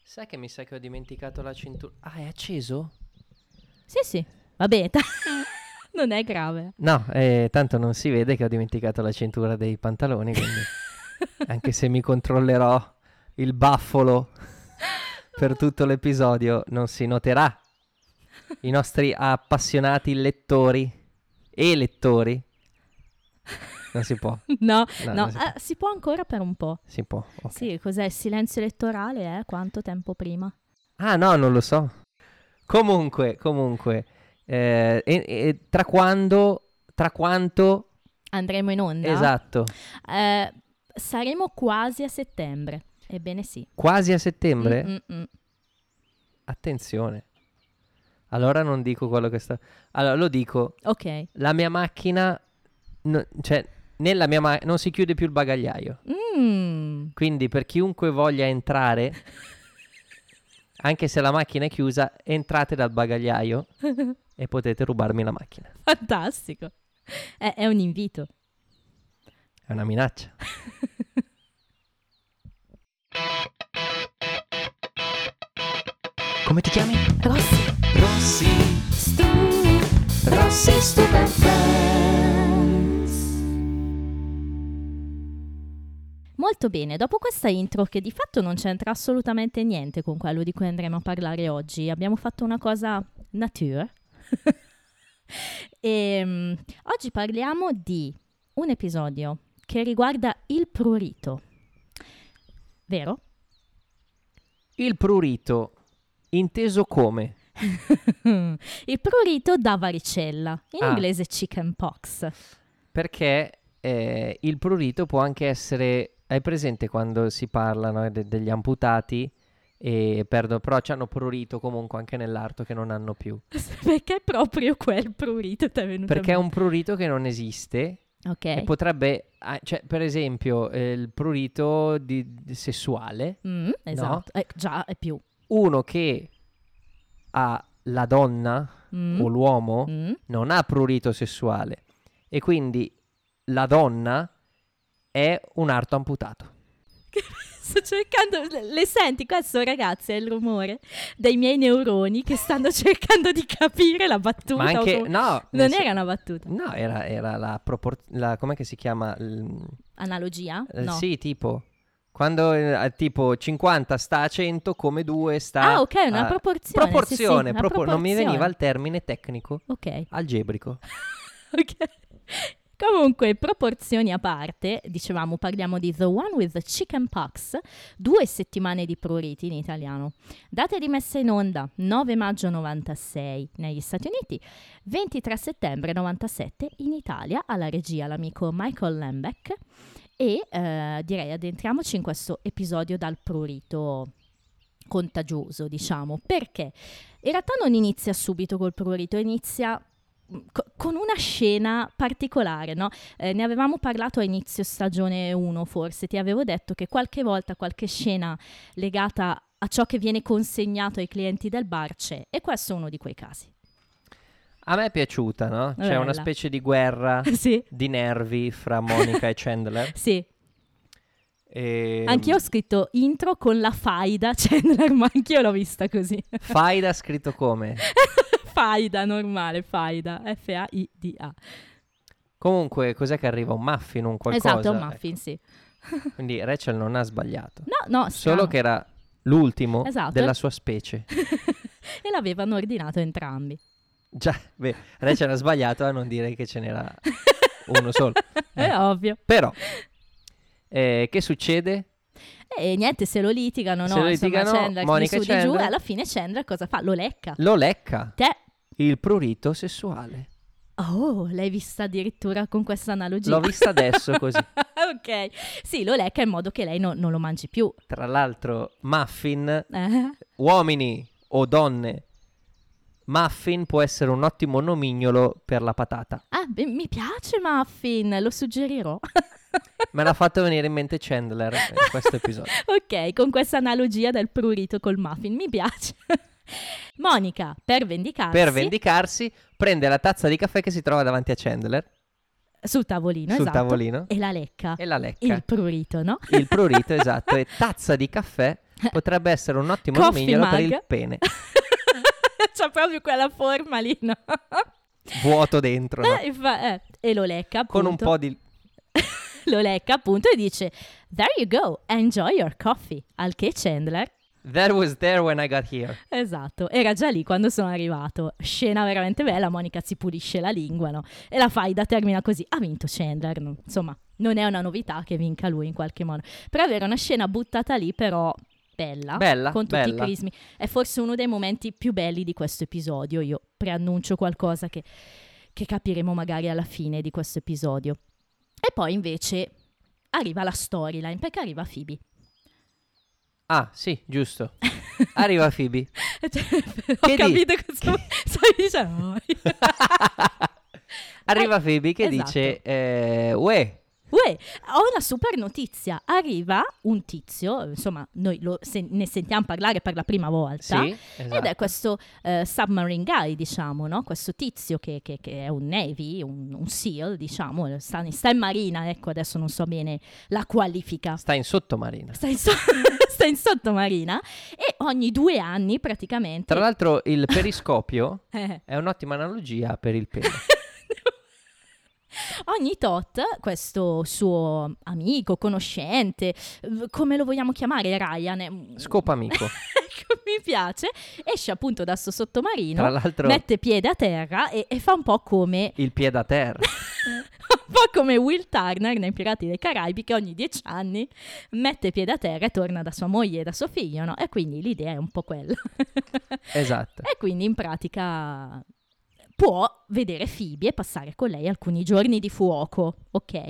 Sai che mi sa che ho dimenticato la cintura. Ah, è acceso? Sì, va bene. Non è grave. No, tanto non si vede che ho dimenticato la cintura dei pantaloni, quindi anche se mi controllerò il baffolo per tutto l'episodio, non si noterà. I nostri appassionati lettori e lettori. Non si può. No, non si può. si può ancora per un po'. Si può, ok. Sì, cos'è il silenzio elettorale? Quanto tempo prima? Ah, no, non lo so. Comunque, tra quanto Andremo in onda? esatto, Saremo quasi a settembre. Ebbene sì. quasi a settembre? Mm-mm-mm. Attenzione. Allora non dico quello che sta. Allora lo dico. Ok. La mia macchina, cioè nella mia non si chiude più il bagagliaio. Quindi per chiunque voglia entrare, anche se la macchina è chiusa, entrate dal bagagliaio e potete rubarmi la macchina. Fantastico. È un invito. È una minaccia. Come ti chiami? Rossi. Rossi Stupid Friends. Molto bene, dopo questa intro che di fatto non c'entra assolutamente niente con quello di cui andremo a parlare oggi, abbiamo fatto una cosa nature. Oggi parliamo di un episodio che riguarda il prurito, vero? Il prurito, inteso come? Il prurito da varicella, in inglese chicken pox. Perché il prurito può anche essere. Hai presente quando si parla, no, degli amputati e perdono, però hanno prurito comunque anche nell'arto che non hanno più. Perché proprio quel prurito ti è venuto Perché è in un prurito che non esiste. Ok. E potrebbe, cioè, per esempio, il prurito sessuale. Esatto, già è più. Uno che ha la donna o l'uomo non ha prurito sessuale e quindi la donna è un arto amputato. Sto cercando, le senti questo ragazzi? È il rumore dei miei neuroni che stanno cercando di capire la battuta. Ma anche, no, non era una battuta. No, era la com'è che si chiama? Analogia? No. Sì, tipo quando tipo 50 sta a 100 come 2 sta Ah, ok, una proporzione. Proporzione, sì, proporzione. non mi veniva il termine tecnico. Ok. Algebrico. Ok. Comunque, proporzioni a parte, dicevamo, parliamo di The One with the Chicken Pox, 2 settimane di pruriti in italiano. Date di messa in onda, 9 maggio 96 negli Stati Uniti, 23 settembre 97 in Italia, alla regia l'amico Michael Lembeck, e direi addentriamoci in questo episodio dal prurito contagioso, diciamo, perché in realtà non inizia subito col prurito, inizia con una scena particolare, no? Ne avevamo parlato a inizio stagione 1, forse ti avevo detto che qualche volta qualche scena legata a ciò che viene consegnato ai clienti del bar c'è, e questo è uno di quei casi. A me è piaciuta, no? C'è Bella. una specie di guerra Sì. di nervi fra Monica e Chandler. Sì. E... Anch'io ho scritto intro con la faida Chandler, ma anch'io l'ho vista così. Faida scritto come? Faida, normale, faida, F-A-I-D-A. Comunque, cos'è che arriva? Un muffin, un qualcosa? Esatto, è un muffin, sì. Quindi Rachel non ha sbagliato. No, solo che era l'ultimo Esatto. della sua specie. E l'avevano ordinato entrambi. Già, beh, Rachel ha sbagliato a non dire che ce n'era uno solo. È ovvio. Però, che succede? E niente, se lo litigano, Se no? lo litigano, Insomma, Chandler Monica di su e di giù, e Chandler. alla fine Chandler cosa fa? Lo lecca. Lo lecca. Te. Il prurito sessuale. Oh, l'hai vista addirittura con questa analogia? L'ho vista adesso così. Ok. Sì, lo lecca in modo che lei non lo mangi più. Tra l'altro, muffin, uomini o donne, muffin può essere un ottimo nomignolo per la patata. Ah, mi piace Muffin, lo suggerirò. Me l'ha fatto venire in mente Chandler in questo episodio. Ok, con questa analogia del prurito col muffin, mi piace. Monica, per vendicarsi, prende la tazza di caffè che si trova davanti a Chandler. Sul tavolino, tavolino. E la lecca. E la lecca. Il prurito, no? Il prurito, esatto. E tazza di caffè Potrebbe essere un ottimo Coffee nomignolo per mug. il pene. C'ha proprio quella forma lì, no? Vuoto dentro, no? E lo lecca, appunto. Con un po' di... Lo lecca, appunto, e dice "There you go, enjoy your coffee". Al che Chandler... That was there when I got here. Esatto, era già lì quando sono arrivato. Scena veramente bella, Monica si pulisce la lingua, no? E la faida termina così, ha vinto Chandler, no? Insomma, non è una novità che vinca lui in qualche modo. Per avere una scena buttata lì, però bella, con tutti i crismi. È forse uno dei momenti più belli di questo episodio. Io preannuncio qualcosa che capiremo magari alla fine di questo episodio. E poi invece arriva la storyline, perché arriva Phoebe. Ah, sì, giusto. Arriva Phoebe. Ho capito cosa stai dicendo. Arriva Phoebe che esatto. dice uè, ho una super notizia. Arriva un tizio, insomma, noi ne sentiamo parlare per la prima volta. sì, esatto. Ed è questo submarine guy, diciamo, no? Questo tizio che è un Navy, un SEAL, diciamo, sta in marina, ecco, adesso non so bene la qualifica. Sta in sottomarina. Sta in sottomarina e ogni 2 anni praticamente... Tra l'altro il periscopio è un'ottima analogia per il pene. Ogni tot, questo suo amico, conoscente, come lo vogliamo chiamare, Ryan? Scopamico. Ecco, mi piace. Esce appunto da sto sottomarino, Tra l'altro mette piede a terra e fa un po' come... il piede a terra. un po' come Will Turner nei Pirati dei Caraibi, che ogni 10 anni mette piede a terra e torna da sua moglie e da suo figlio, no? E quindi l'idea è un po' quella. Esatto. E quindi in pratica... può vedere Phoebe e passare con lei alcuni giorni di fuoco, ok?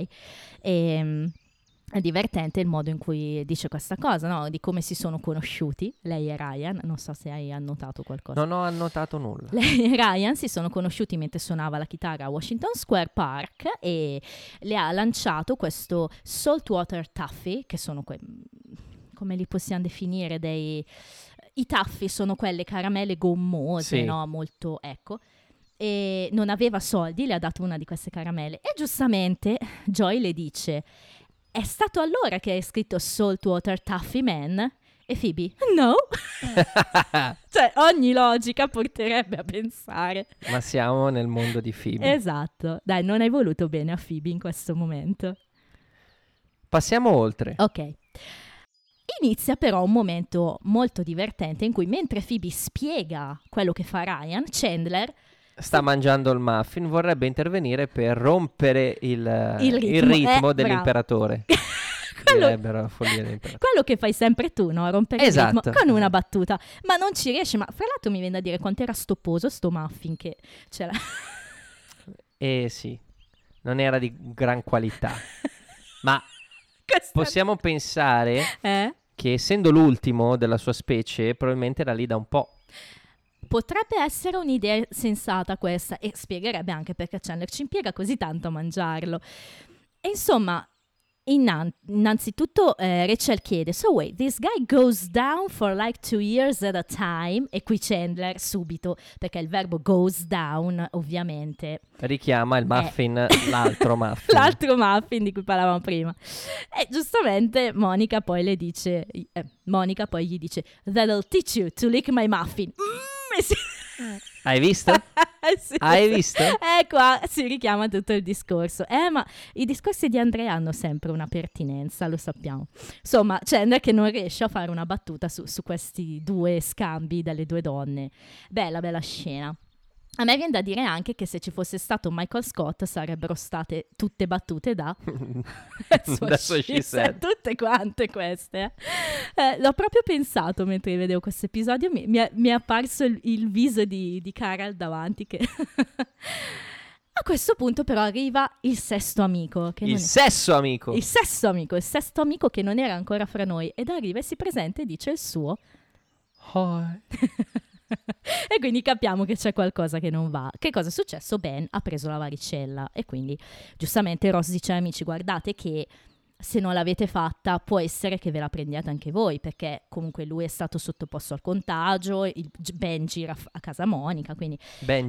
È divertente il modo in cui dice questa cosa, no? Di come si sono conosciuti, lei e Ryan, non so se hai annotato qualcosa. Non ho annotato nulla. Lei e Ryan si sono conosciuti mentre suonava la chitarra a Washington Square Park e le ha lanciato questo saltwater taffy, che sono come li possiamo definire, i taffy sono quelle caramelle gommose, sì. no? Molto, ecco. E non aveva soldi, le ha dato una di queste caramelle e giustamente Joy le dice: è stato allora che hai scritto Saltwater Taffy Man? E Phoebe: no. Cioè ogni logica porterebbe a pensare. Ma siamo nel mondo di Phoebe. Esatto. Dai, non hai voluto bene a Phoebe in questo momento. Passiamo oltre. Ok. Inizia però un momento molto divertente in cui mentre Phoebe spiega quello che fa Ryan, Chandler sta mangiando il muffin, vorrebbe intervenire per rompere il ritmo dell'imperatore. Direbbero la follia dell'imperatore. Quello che fai sempre tu, no? Rompere esatto. il ritmo con una battuta. Ma non ci riesce, ma fra l'altro mi viene da dire quanto era stopposo sto muffin che c'era. Sì, non era di gran qualità. Ma possiamo pensare che essendo l'ultimo della sua specie, probabilmente era lì da un po'. Potrebbe essere un'idea sensata questa e spiegherebbe anche perché Chandler ci impiega così tanto a mangiarlo. E insomma, innanzitutto Rachel chiede: so wait, this guy goes down for like 2 years at a time? E qui Chandler subito, perché il verbo goes down ovviamente richiama il muffin, l'altro muffin. L'altro muffin di cui parlavamo prima. E giustamente Monica poi gli dice that'll teach you to lick my muffin. Hai visto? Sì. Hai visto? Qua si richiama tutto il discorso. Ma i discorsi di Andrea hanno sempre una pertinenza, lo sappiamo. Insomma, Chandler che non riesce a fare una battuta su questi 2 scambi dalle 2 donne. Bella scena. A me viene da dire anche che se ci fosse stato Michael Scott sarebbero state tutte battute da That's she said. Tutte quante queste. L'ho proprio pensato mentre vedevo questo episodio, mi è apparso il viso di Carol davanti che... A questo punto però arriva il sesto amico. Il sesto amico che non era ancora fra noi, ed arriva e si presenta e dice il suo. Hi. E quindi capiamo che c'è qualcosa che non va. Che cosa è successo? Ben ha preso la varicella e quindi giustamente Ross dice: amici, guardate che se non l'avete fatta può essere che ve la prendiate anche voi, perché comunque lui è stato sottoposto al contagio, Ben gira a casa Monica, quindi Ben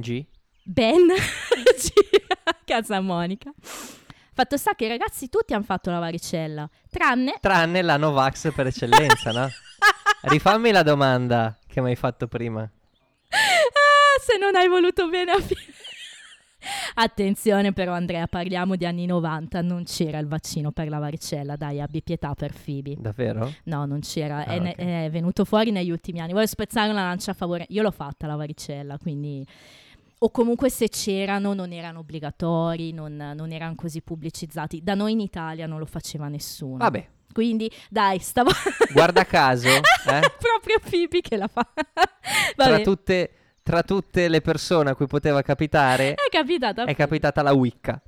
gira a casa Monica. Fatto sta che i ragazzi tutti hanno fatto la varicella, tranne la Novax per eccellenza, no? Rifammi la domanda che mi hai fatto prima. Se non hai voluto bene a Attenzione però Andrea, parliamo di anni 90, non c'era il vaccino per la varicella, dai, abbi pietà per Phoebe. Davvero? No, non c'era, Okay. è venuto fuori negli ultimi anni. Voglio spezzare una lancia a favore, io l'ho fatta la varicella, quindi... O comunque se c'erano non erano obbligatori, non erano così pubblicizzati. Da noi in Italia non lo faceva nessuno. Vabbè, Quindi dai, stavo... guarda caso, Proprio Phoebe che la fa. tra Vabbè, tutte le persone a cui poteva capitare, è capitata. è capitata la Wicca.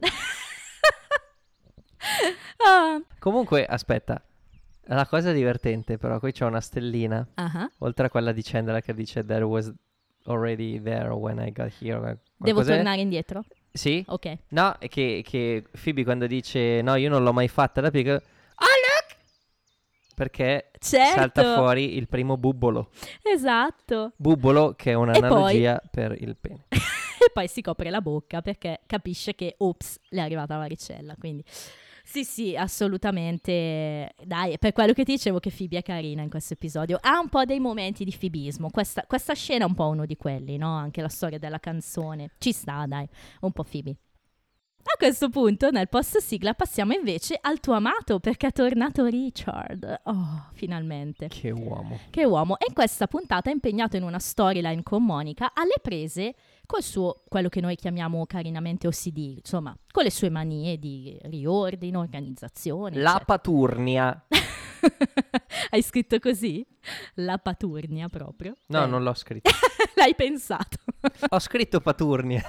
Ah. Comunque, aspetta, la cosa divertente però, qui c'è una stellina, Ah. oltre a quella di Chandler che dice "There was already there when I got here". Devo Qualcos'è? tornare indietro? Sì? Ok. No, è che Phoebe quando dice "No, io non l'ho mai fatta da piccola", "Oh look!" Perché Certo. salta fuori il primo bubbolo. Esatto. Bubbolo che è un'analogia per il pene. E poi si copre la bocca perché capisce che, ops, le è arrivata la varicella. Quindi sì, assolutamente. Dai, è per quello che ti dicevo che Phoebe è carina in questo episodio. Ha un po' dei momenti di fibismo. Questa scena è un po' uno di quelli, no? Anche la storia della canzone. Ci sta, dai, un po' Phoebe. A questo punto, nel post sigla, passiamo invece al tuo amato perché è tornato Richard. Oh, finalmente. Che uomo. Che uomo. E in questa puntata è impegnato in una storyline con Monica alle prese col suo, quello che noi chiamiamo carinamente OCD, insomma, con le sue manie di riordino, organizzazione. La eccetera. paturnia. Hai scritto così? La paturnia proprio? No, non l'ho scritto. L'hai pensato. Ho scritto paturnia.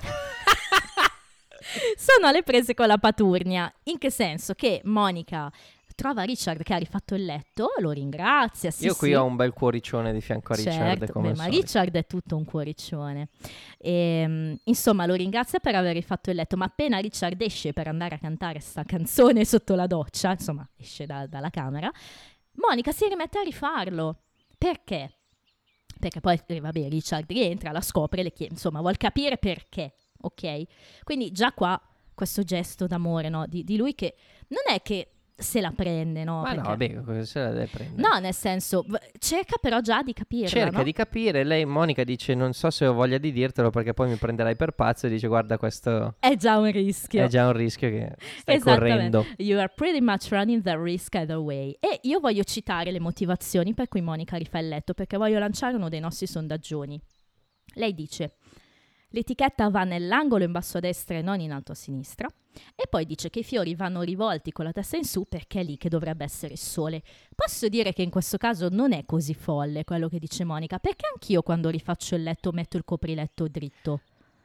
Sono alle prese con la paturnia. In che senso? Che Monica trova Richard che ha rifatto il letto, lo ringrazia. Sì, Io qui sì. ho un bel cuoricione di fianco a Richard, Certo, come beh, al ma solito. Richard è tutto un cuoricione. Insomma, lo ringrazia per aver rifatto il letto, ma appena Richard esce per andare a cantare sta canzone sotto la doccia, insomma, esce dalla camera, Monica si rimette a rifarlo. Perché? Perché poi, vabbè, Richard rientra, la scopre, le chiede, insomma, vuol capire perché, ok? Quindi già qua questo gesto d'amore, no? Di lui che non è che se la prende, no? Ma no, Perché- vabbè, cosa se la deve prendere? No, nel senso, cerca però già di capirla, Cerca no? di capire, lei, Monica, dice "Non so se ho voglia di dirtelo perché poi mi prenderai per pazzo", e dice "Guarda, questo È già un rischio. è già un rischio che stai Esattamente. correndo". You are pretty much running the risk either way. E io voglio citare le motivazioni per cui Monica rifà il letto, perché voglio lanciare uno dei nostri sondaggioni. Lei dice: l'etichetta va nell'angolo in basso a destra e non in alto a sinistra. E poi dice che i fiori vanno rivolti con la testa in su perché è lì che dovrebbe essere il sole. Posso dire che in questo caso non è così folle quello che dice Monica, perché anch'io quando rifaccio il letto metto il copriletto dritto.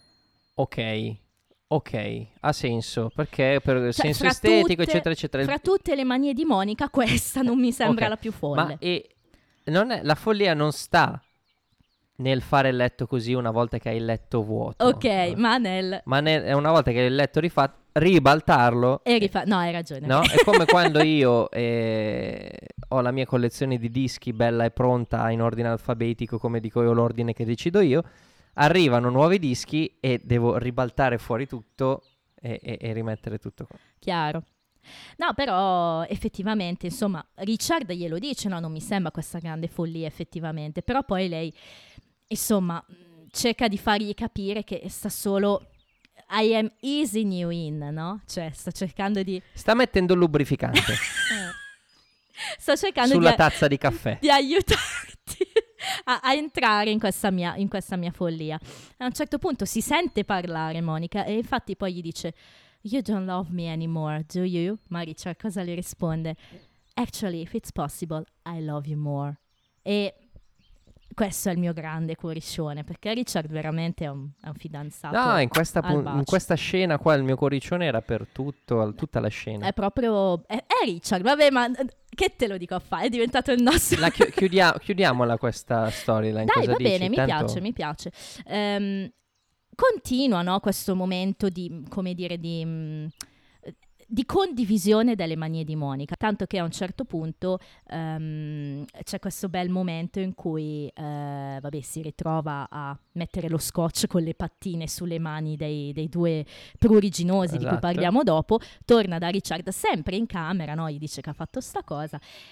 Ok, ha senso, perché per Cioè, senso fra estetico, tutte- eccetera, eccetera. Fra tutte le manie di Monica, questa non mi sembra Ok, la più folle. Ma non è, la follia non sta nel fare il letto così una volta che hai il letto vuoto. Ok, ma nel... Ma è una volta che hai il letto rifatto, ribaltarlo. E rifà... No, hai ragione. No? È come quando io ho la mia collezione di dischi bella e pronta in ordine alfabetico, come dico io, l'ordine che decido io. Arrivano nuovi dischi e devo ribaltare fuori tutto e rimettere tutto qua. Chiaro. No, però effettivamente, insomma, Richard glielo dice, no, non mi sembra questa grande follia effettivamente, però poi lei, insomma, cerca di fargli capire che sta solo... I am easing you in, no? Cioè, sta cercando di... Sta mettendo il lubrificante Sta cercando sulla di... tazza di caffè. di aiutarti a entrare in questa mia follia. A un certo punto si sente parlare Monica e infatti poi gli dice "You don't love me anymore, do you?" Ma Richard cosa le risponde? "Actually, if it's possible, I love you more." E questo è il mio grande cuoricione, perché Richard veramente è un fidanzato. No, in questa, al bacio. in questa scena qua il mio cuoricione era per tutta la scena. È proprio... È Richard, vabbè, ma che te lo dico a fare? È diventato il nostro... Chiudiamola questa storyline. Dai, cosa va dici? bene, mi Tanto- piace. Continua, no, questo momento di, come dire, di condivisione delle manie di Monica, tanto che a un certo punto c'è questo bel momento in cui vabbè, si ritrova a mettere lo scotch con le pattine sulle mani dei due pruriginosi di cui Esatto. parliamo dopo, torna da Richard sempre in camera, no? Gli dice che ha fatto sta cosa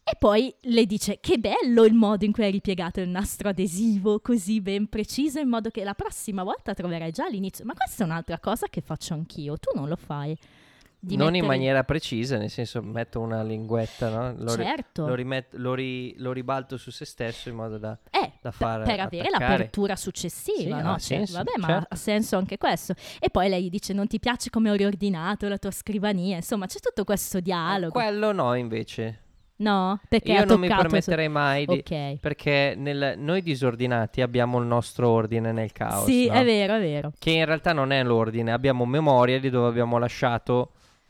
E poi le dice che bello il modo in cui hai ripiegato il nastro adesivo così ben preciso, in modo che la prossima volta troverai già l'inizio. Ma questa è un'altra cosa che faccio anch'io, tu non lo fai. Non in maniera precisa, nel senso metto una linguetta, no? Certo. Lo ribalto su se stesso in modo da far per avere attaccare. l'apertura successiva, Sì, no? ha senso, vabbè, ma certo. ha senso anche questo. E poi lei dice non ti piace come ho riordinato la tua scrivania, insomma c'è tutto questo dialogo. Quello no, invece. No? Perché Io ha non mi toccato permetterei mai di... Ok. Perché noi disordinati abbiamo il nostro ordine nel caos, Sì, no? è vero. Che in realtà non è l'ordine, abbiamo memoria di dove abbiamo lasciato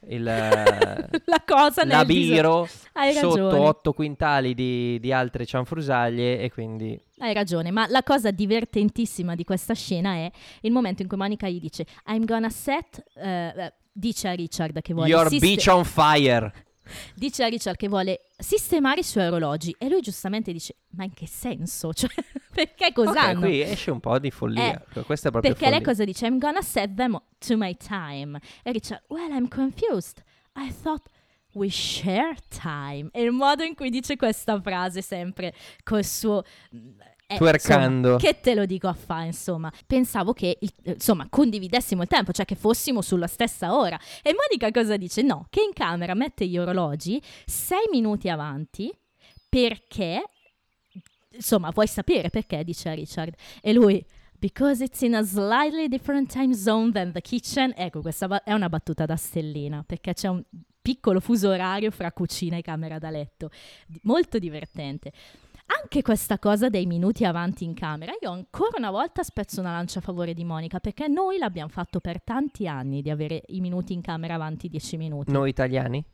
La cosa la nel biro Hai sotto ragione. 8 quintali di altre cianfrusaglie e quindi... Hai ragione, ma la cosa divertentissima di questa scena è il momento in cui Monica gli dice I'm gonna set... dice a Richard che vuole... Your beach on fire! Dice a Richard che vuole sistemare i suoi orologi e lui giustamente dice ma in che senso? Cioè, perché cos'hanno? Ok, qui esce un po' di follia. Questa è proprio Perché follia. lei cosa dice? I'm gonna set them to my time. E Richard, well, I'm confused. I thought we share time. E il modo in cui dice questa frase sempre col suo... Twerkando. Insomma, che te lo dico a fa, insomma. Pensavo che, condividessimo il tempo, cioè che fossimo sulla stessa ora. E Monica cosa dice? No, che in camera mette gli orologi 6 minuti avanti perché... Insomma, vuoi sapere perché? Dice a Richard. E lui... Because it's in a slightly different time zone than the kitchen. Ecco, questa è una battuta da stellina, perché c'è un piccolo fuso orario fra cucina e camera da letto. Molto divertente. Anche questa cosa dei minuti avanti in camera, io ancora una volta spezzo una lancia a favore di Monica, perché noi l'abbiamo fatto per tanti anni di avere i minuti in camera avanti 10 minuti. Noi italiani?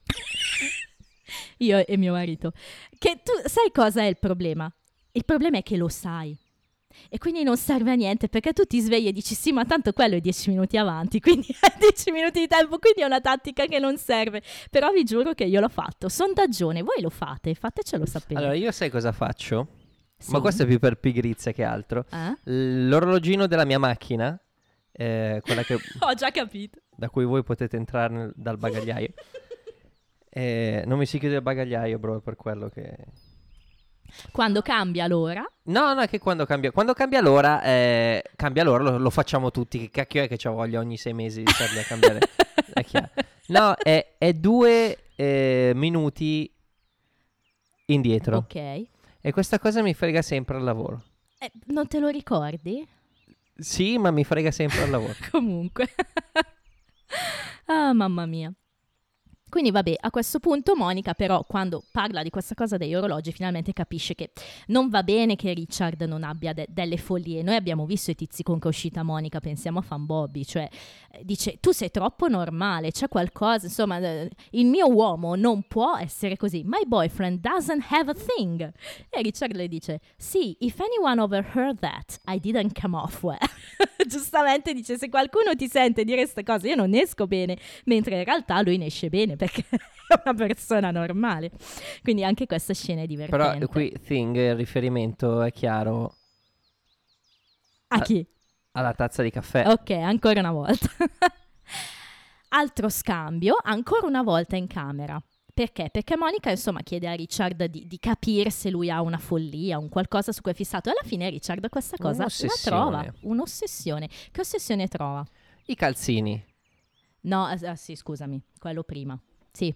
Io e mio marito. Che tu sai cosa è il problema? Il problema è che lo sai. E quindi non serve a niente, perché tu ti svegli e dici sì, ma tanto quello è 10 minuti avanti, quindi hai 10 minuti di tempo, quindi è una tattica che non serve. Però vi giuro che io l'ho fatto. Sondaggione, voi lo fate? Fatecelo sapere. Allora, io sai cosa faccio? Sì. Ma questo è più per pigrizia che altro. L'orologino della mia macchina, quella che... Ho già capito. Da cui voi potete entrare dal bagagliaio. Non mi si chiude il bagagliaio, bro, è per quello che... Quando cambia l'ora? No, è che quando cambia l'ora, lo facciamo tutti. Che cacchio è che c'ho voglia ogni 6 mesi di starli a cambiare? È chiaro. No, è 2 minuti indietro. Ok. E questa cosa mi frega sempre al lavoro. Non te lo ricordi? Sì, ma mi frega sempre al lavoro. Comunque. Ah, mamma mia. Quindi vabbè, a questo punto Monica però quando parla di questa cosa degli orologi finalmente capisce che non va bene che Richard non abbia delle follie. Noi abbiamo visto i tizi con cui è uscita Monica, pensiamo a Fan Bobby, cioè dice tu sei troppo normale, c'è qualcosa, insomma il mio uomo non può essere così, my boyfriend doesn't have a thing. E Richard le dice sì, if anyone overheard that, I didn't come off well. Giustamente dice se qualcuno ti sente dire queste cose io non ne esco bene, mentre in realtà lui ne esce bene perché è una persona normale. Quindi anche questa scena è divertente. Però qui thing, il riferimento è chiaro. A chi? Alla tazza di caffè. Ok, ancora una volta. Altro scambio, ancora una volta in camera. Perché? Perché Monica insomma chiede a Richard di capire se lui ha una follia, un qualcosa su cui è fissato. E alla fine Richard questa cosa la trova. Un'ossessione. Che ossessione trova? I calzini. No, sì, scusami, quello prima. Sì.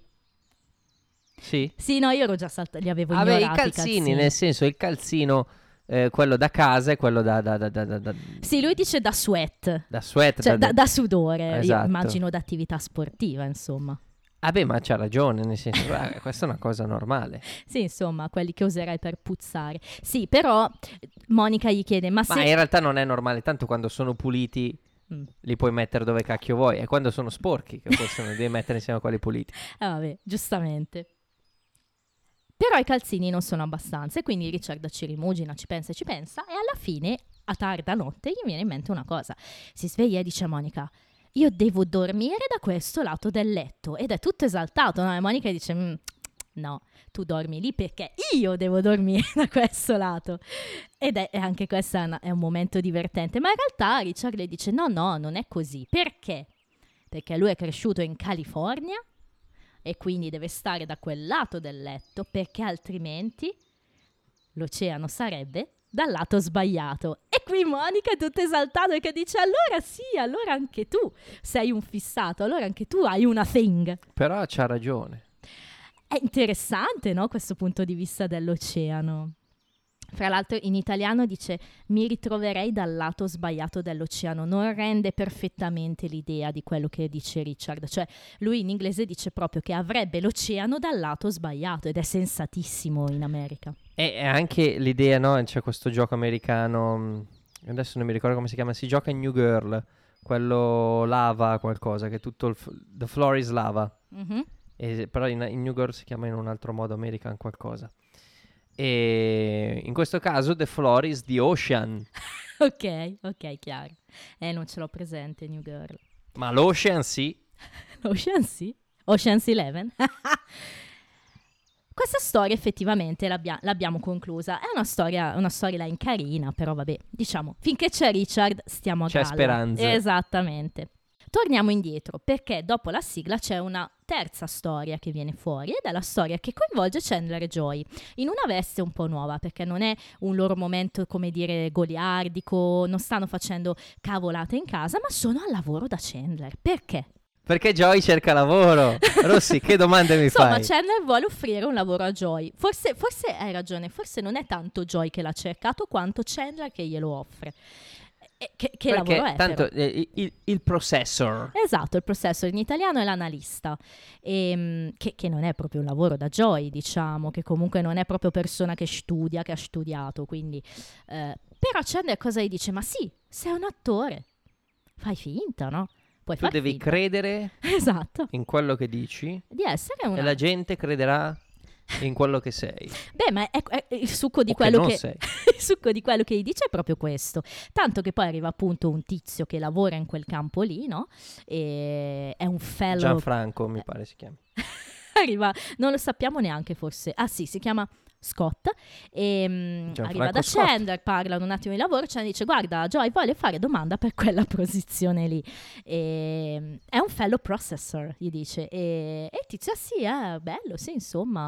Sì? Sì, no, io ero già li avevo ignorati. I calzini, nel senso il calzino, quello da casa e quello da... Sì, lui dice da sweat. Da sweat. Cioè da sudore, esatto. Io immagino da attività sportiva, insomma. Beh, ma c'ha ragione, nel senso, questa è una cosa normale. Sì, insomma, quelli che userai per puzzare. Sì, però Monica gli chiede, ma se... Ma in realtà non è normale, tanto quando sono puliti... li puoi mettere dove cacchio vuoi, e quando sono sporchi che forse non li devi mettere insieme a quelli puliti. Vabbè, giustamente. Però i calzini non sono abbastanza e quindi Richard ci rimugina, ci pensa e alla fine, a tarda notte, gli viene in mente una cosa. Si sveglia e dice a Monica, io devo dormire da questo lato del letto, ed è tutto esaltato, no? E Monica dice, no, tu dormi lì perché io devo dormire da questo lato. Ed è anche questo è un momento divertente, ma in realtà Richard le dice no, non è così. Perché? Perché lui è cresciuto in California e quindi deve stare da quel lato del letto perché altrimenti l'oceano sarebbe dal lato sbagliato. E qui Monica è tutta esaltata che dice allora sì, allora anche tu sei un fissato, allora anche tu hai una thing. Però c'ha ragione. È interessante, no, questo punto di vista dell'oceano. Fra l'altro in italiano dice mi ritroverei dal lato sbagliato dell'oceano, non rende perfettamente l'idea di quello che dice Richard, cioè lui in inglese dice proprio che avrebbe l'oceano dal lato sbagliato ed è sensatissimo in America. E anche l'idea, no? C'è questo gioco americano, adesso non mi ricordo come si chiama, si gioca in New Girl, quello lava qualcosa, che tutto the floor is lava, però in New Girl si chiama in un altro modo, American qualcosa. E in questo caso the floor is the ocean. ok, chiaro. Non ce l'ho presente New Girl. Ma l'ocean sì. L'ocean sì? Ocean's 11? Questa storia effettivamente l'abbiamo conclusa. È una storyline carina, però vabbè, diciamo, finché c'è Richard stiamo a galla. C'è speranza. Esattamente. Torniamo indietro, perché dopo la sigla c'è una terza storia che viene fuori ed è la storia che coinvolge Chandler e Joy in una veste un po' nuova, perché non è un loro momento, come dire, goliardico, non stanno facendo cavolate in casa, ma sono al lavoro da Chandler. Perché? Perché Joy cerca lavoro. Rossi, che domande mi fai? Insomma, Chandler vuole offrire un lavoro a Joy. Forse hai ragione, forse non è tanto Joy che l'ha cercato quanto Chandler che glielo offre. Che lavoro è? Tanto il processor. Esatto, il processor in italiano è l'analista, che non è proprio un lavoro da Joy, diciamo, che comunque non è proprio persona che studia, che ha studiato, quindi però Chandler cosa gli dice? Ma sì, sei un attore, fai finta, no? Puoi tu devi finta. Credere esatto. in quello che dici di essere una... e la gente crederà in quello che sei. Beh, ma è il succo di o quello che non che sei. il succo di quello che gli dice è proprio questo. Tanto che poi arriva appunto un tizio che lavora in quel campo lì, no? E è un fellow Gianfranco mi pare si chiama. arriva, non lo sappiamo neanche forse. Ah sì, si chiama Scott e arriva da Scott. Chandler, parlano un attimo di lavoro, Chandler dice guarda Joy voglio fare domanda per quella posizione lì è un fellow processor gli dice e il tizio sì bello sì insomma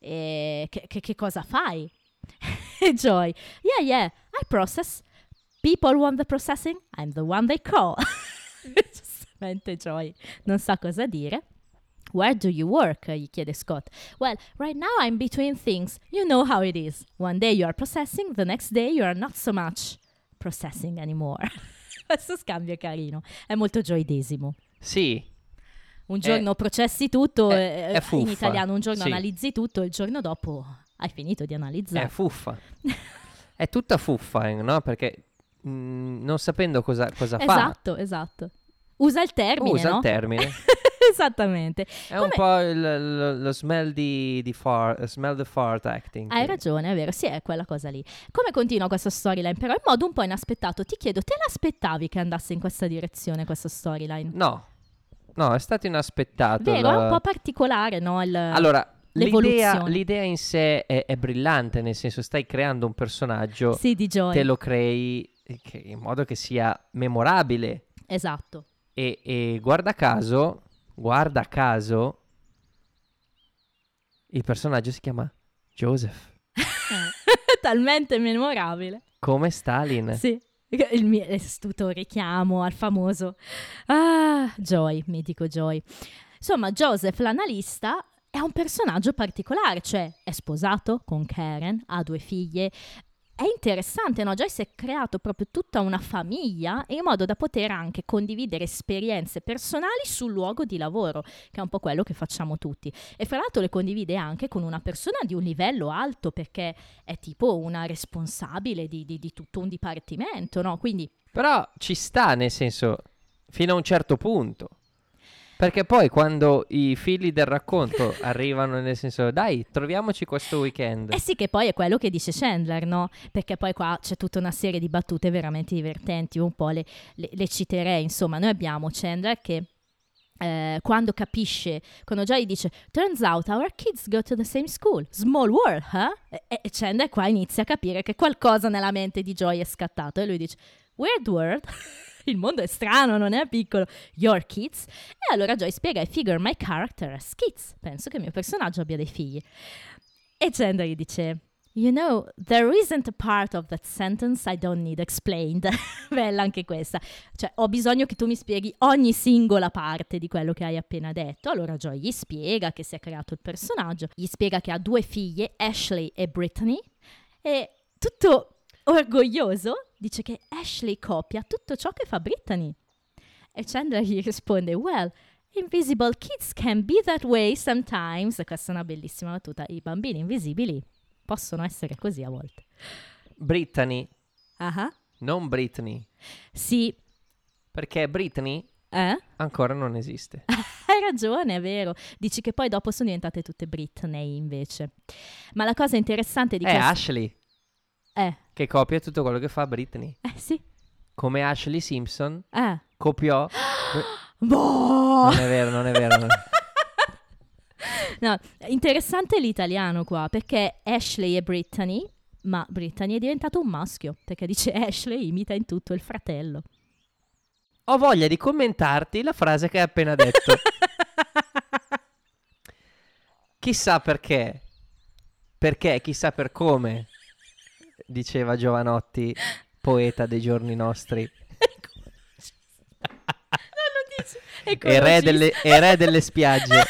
che cosa fai? E Joy yeah I process people want the processing I'm the one they call. Giustamente Joy non sa cosa dire. Where do you work? Gli chiede Scott. Well, right now I'm between things. You know how it is. One day you are processing, the next day you are not so much processing anymore. Questo scambio è carino. È molto gioidesimo. Sì. Un giorno processi tutto, è fuffa. in italiano un giorno sì. analizzi tutto, il giorno dopo hai finito di analizzare. È fuffa. È tutta fuffa, no? Perché non sapendo cosa fa. Esatto. Usa il termine, no? Il termine. Esattamente. È un po' lo smell smell the fart acting. Hai ragione, è vero, sì, è quella cosa lì. Come continua questa storyline? Però in modo un po' inaspettato. Ti chiedo, te l'aspettavi che andasse in questa direzione, questa storyline? No, è stato inaspettato. Vero, è un po' particolare, no? Allora, l'evoluzione. l'idea in sé è brillante, nel senso stai creando un personaggio, sì, di Joy. Te lo crei in modo che sia memorabile. Esatto. E guarda caso, il personaggio si chiama Joseph. Talmente memorabile. Come Stalin. Sì, il mio astuto richiamo al famoso Joy, mitico Joy. Insomma, Joseph, l'analista, è un personaggio particolare, cioè è sposato con Karen, ha 2 figlie. È interessante, no? Joy si è creato proprio tutta una famiglia in modo da poter anche condividere esperienze personali sul luogo di lavoro, che è un po' quello che facciamo tutti. E fra l'altro le condivide anche con una persona di un livello alto, perché è tipo una responsabile di tutto un dipartimento, no? Quindi... Però ci sta, nel senso, fino a un certo punto. Perché poi quando i figli del racconto arrivano, nel senso, dai, troviamoci questo weekend. Eh sì, che poi è quello che dice Chandler, no? Perché poi qua c'è tutta una serie di battute veramente divertenti, un po' le citerei. Insomma, noi abbiamo Chandler che quando capisce, quando Joy dice turns out our kids go to the same school, small world, huh? E Chandler qua inizia a capire che qualcosa nella mente di Joy è scattato e lui dice weird world. il mondo è strano, non è piccolo. Your kids? E allora Joy spiega: I figure my character as kids. Penso che il mio personaggio abbia dei figli. E Chandler gli dice: You know, there isn't a part of that sentence I don't need explained. Bella anche questa. Cioè, ho bisogno che tu mi spieghi ogni singola parte di quello che hai appena detto. Allora Joy gli spiega che si è creato il personaggio, gli spiega che ha 2 figlie, Ashley e Brittany, e tutto orgoglioso dice che Ashley copia tutto ciò che fa Brittany. E Chandler gli risponde: Well, invisible kids can be that way sometimes. Questa è una bellissima battuta. I bambini invisibili possono essere così a volte. Brittany, Ah, non Britney, sì. perché Britney ancora non esiste. Hai ragione, è vero. Dici che poi dopo sono diventate tutte Britney invece. Ma la cosa interessante di È questo... Ashley che copia tutto quello che fa Britney. Sì. Come Ashley Simpson Boh! copiò... Non è vero, non è vero. No, interessante l'italiano qua, perché Ashley e Brittany, ma Brittany è diventato un maschio, perché dice Ashley imita in tutto il fratello. Ho voglia di commentarti la frase che hai appena detto. Chissà perché, chissà per come, diceva Giovanotti, poeta dei giorni nostri. Non lo dici. E re delle spiagge.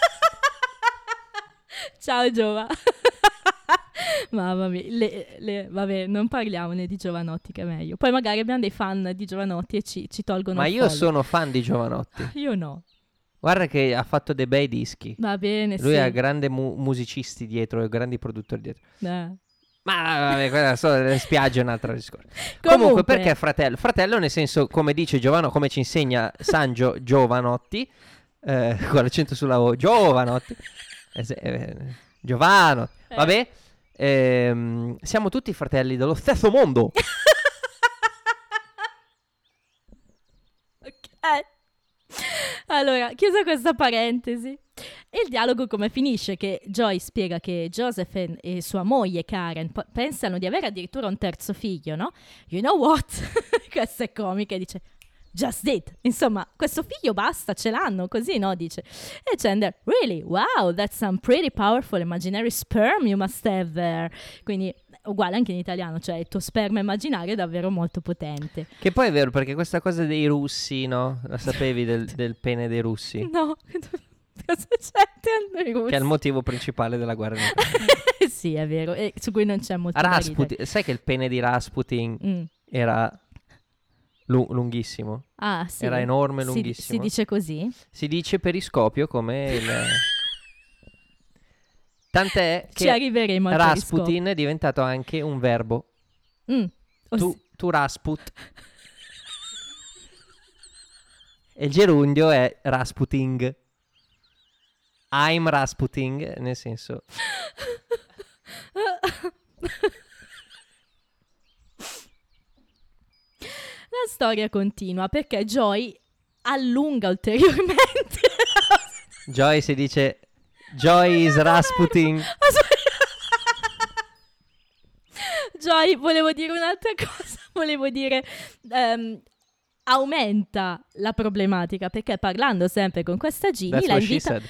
Ciao Giova. Mamma mia, vabbè, non parliamone di Giovanotti che è meglio. Poi magari abbiamo dei fan di Giovanotti e ci tolgono Ma il io follow. sono fan di Giovanotti. Io no. Guarda che ha fatto dei bei dischi. Va bene, Lui sì. ha grandi musicisti dietro e grandi produttori dietro. Eh. Ma vabbè, quella le spiagge è un altro discorso. Comunque, Comunque, perché fratello? Fratello nel senso, come dice Giovanotti, come ci insegna Sangio Giovanotti, con l'accento sulla O, Giovanotti. Giovano. Vabbè, siamo tutti fratelli dello stesso mondo. Ok. Allora, chiusa questa parentesi. E il dialogo come finisce? Che Joy spiega che Joseph e sua moglie Karen pensano di avere addirittura un terzo figlio, no? You know what? Questa è comica, dice just did. Insomma, questo figlio basta, ce l'hanno, così, no? Dice. E Chandler, really? Wow, that's some pretty powerful imaginary sperm you must have there. Quindi, uguale anche in italiano, cioè il tuo sperma immaginario è davvero molto potente. Che poi è vero, perché questa cosa dei russi, no? La sapevi del pene dei russi? No, cosa c'è? Che è il motivo principale della guerra in Ucraina. Sì, è vero, e su cui non c'è molto da ridere. Rasputin, sai che il pene di Rasputin era lunghissimo? Ah, sì. Era enorme, Si lunghissimo. dice così? Si dice periscopio come il... Tant'è Ci che arriveremo al Rasputin è diventato anche un verbo. Tu Rasput. E il gerundio è Rasputing. I'm Rasputing, nel senso... La storia continua perché Joy allunga ulteriormente. Joy si dice Joy is Rasputin. Joy, volevo dire un'altra cosa. Volevo dire aumenta la problematica perché parlando sempre con questa Ginny la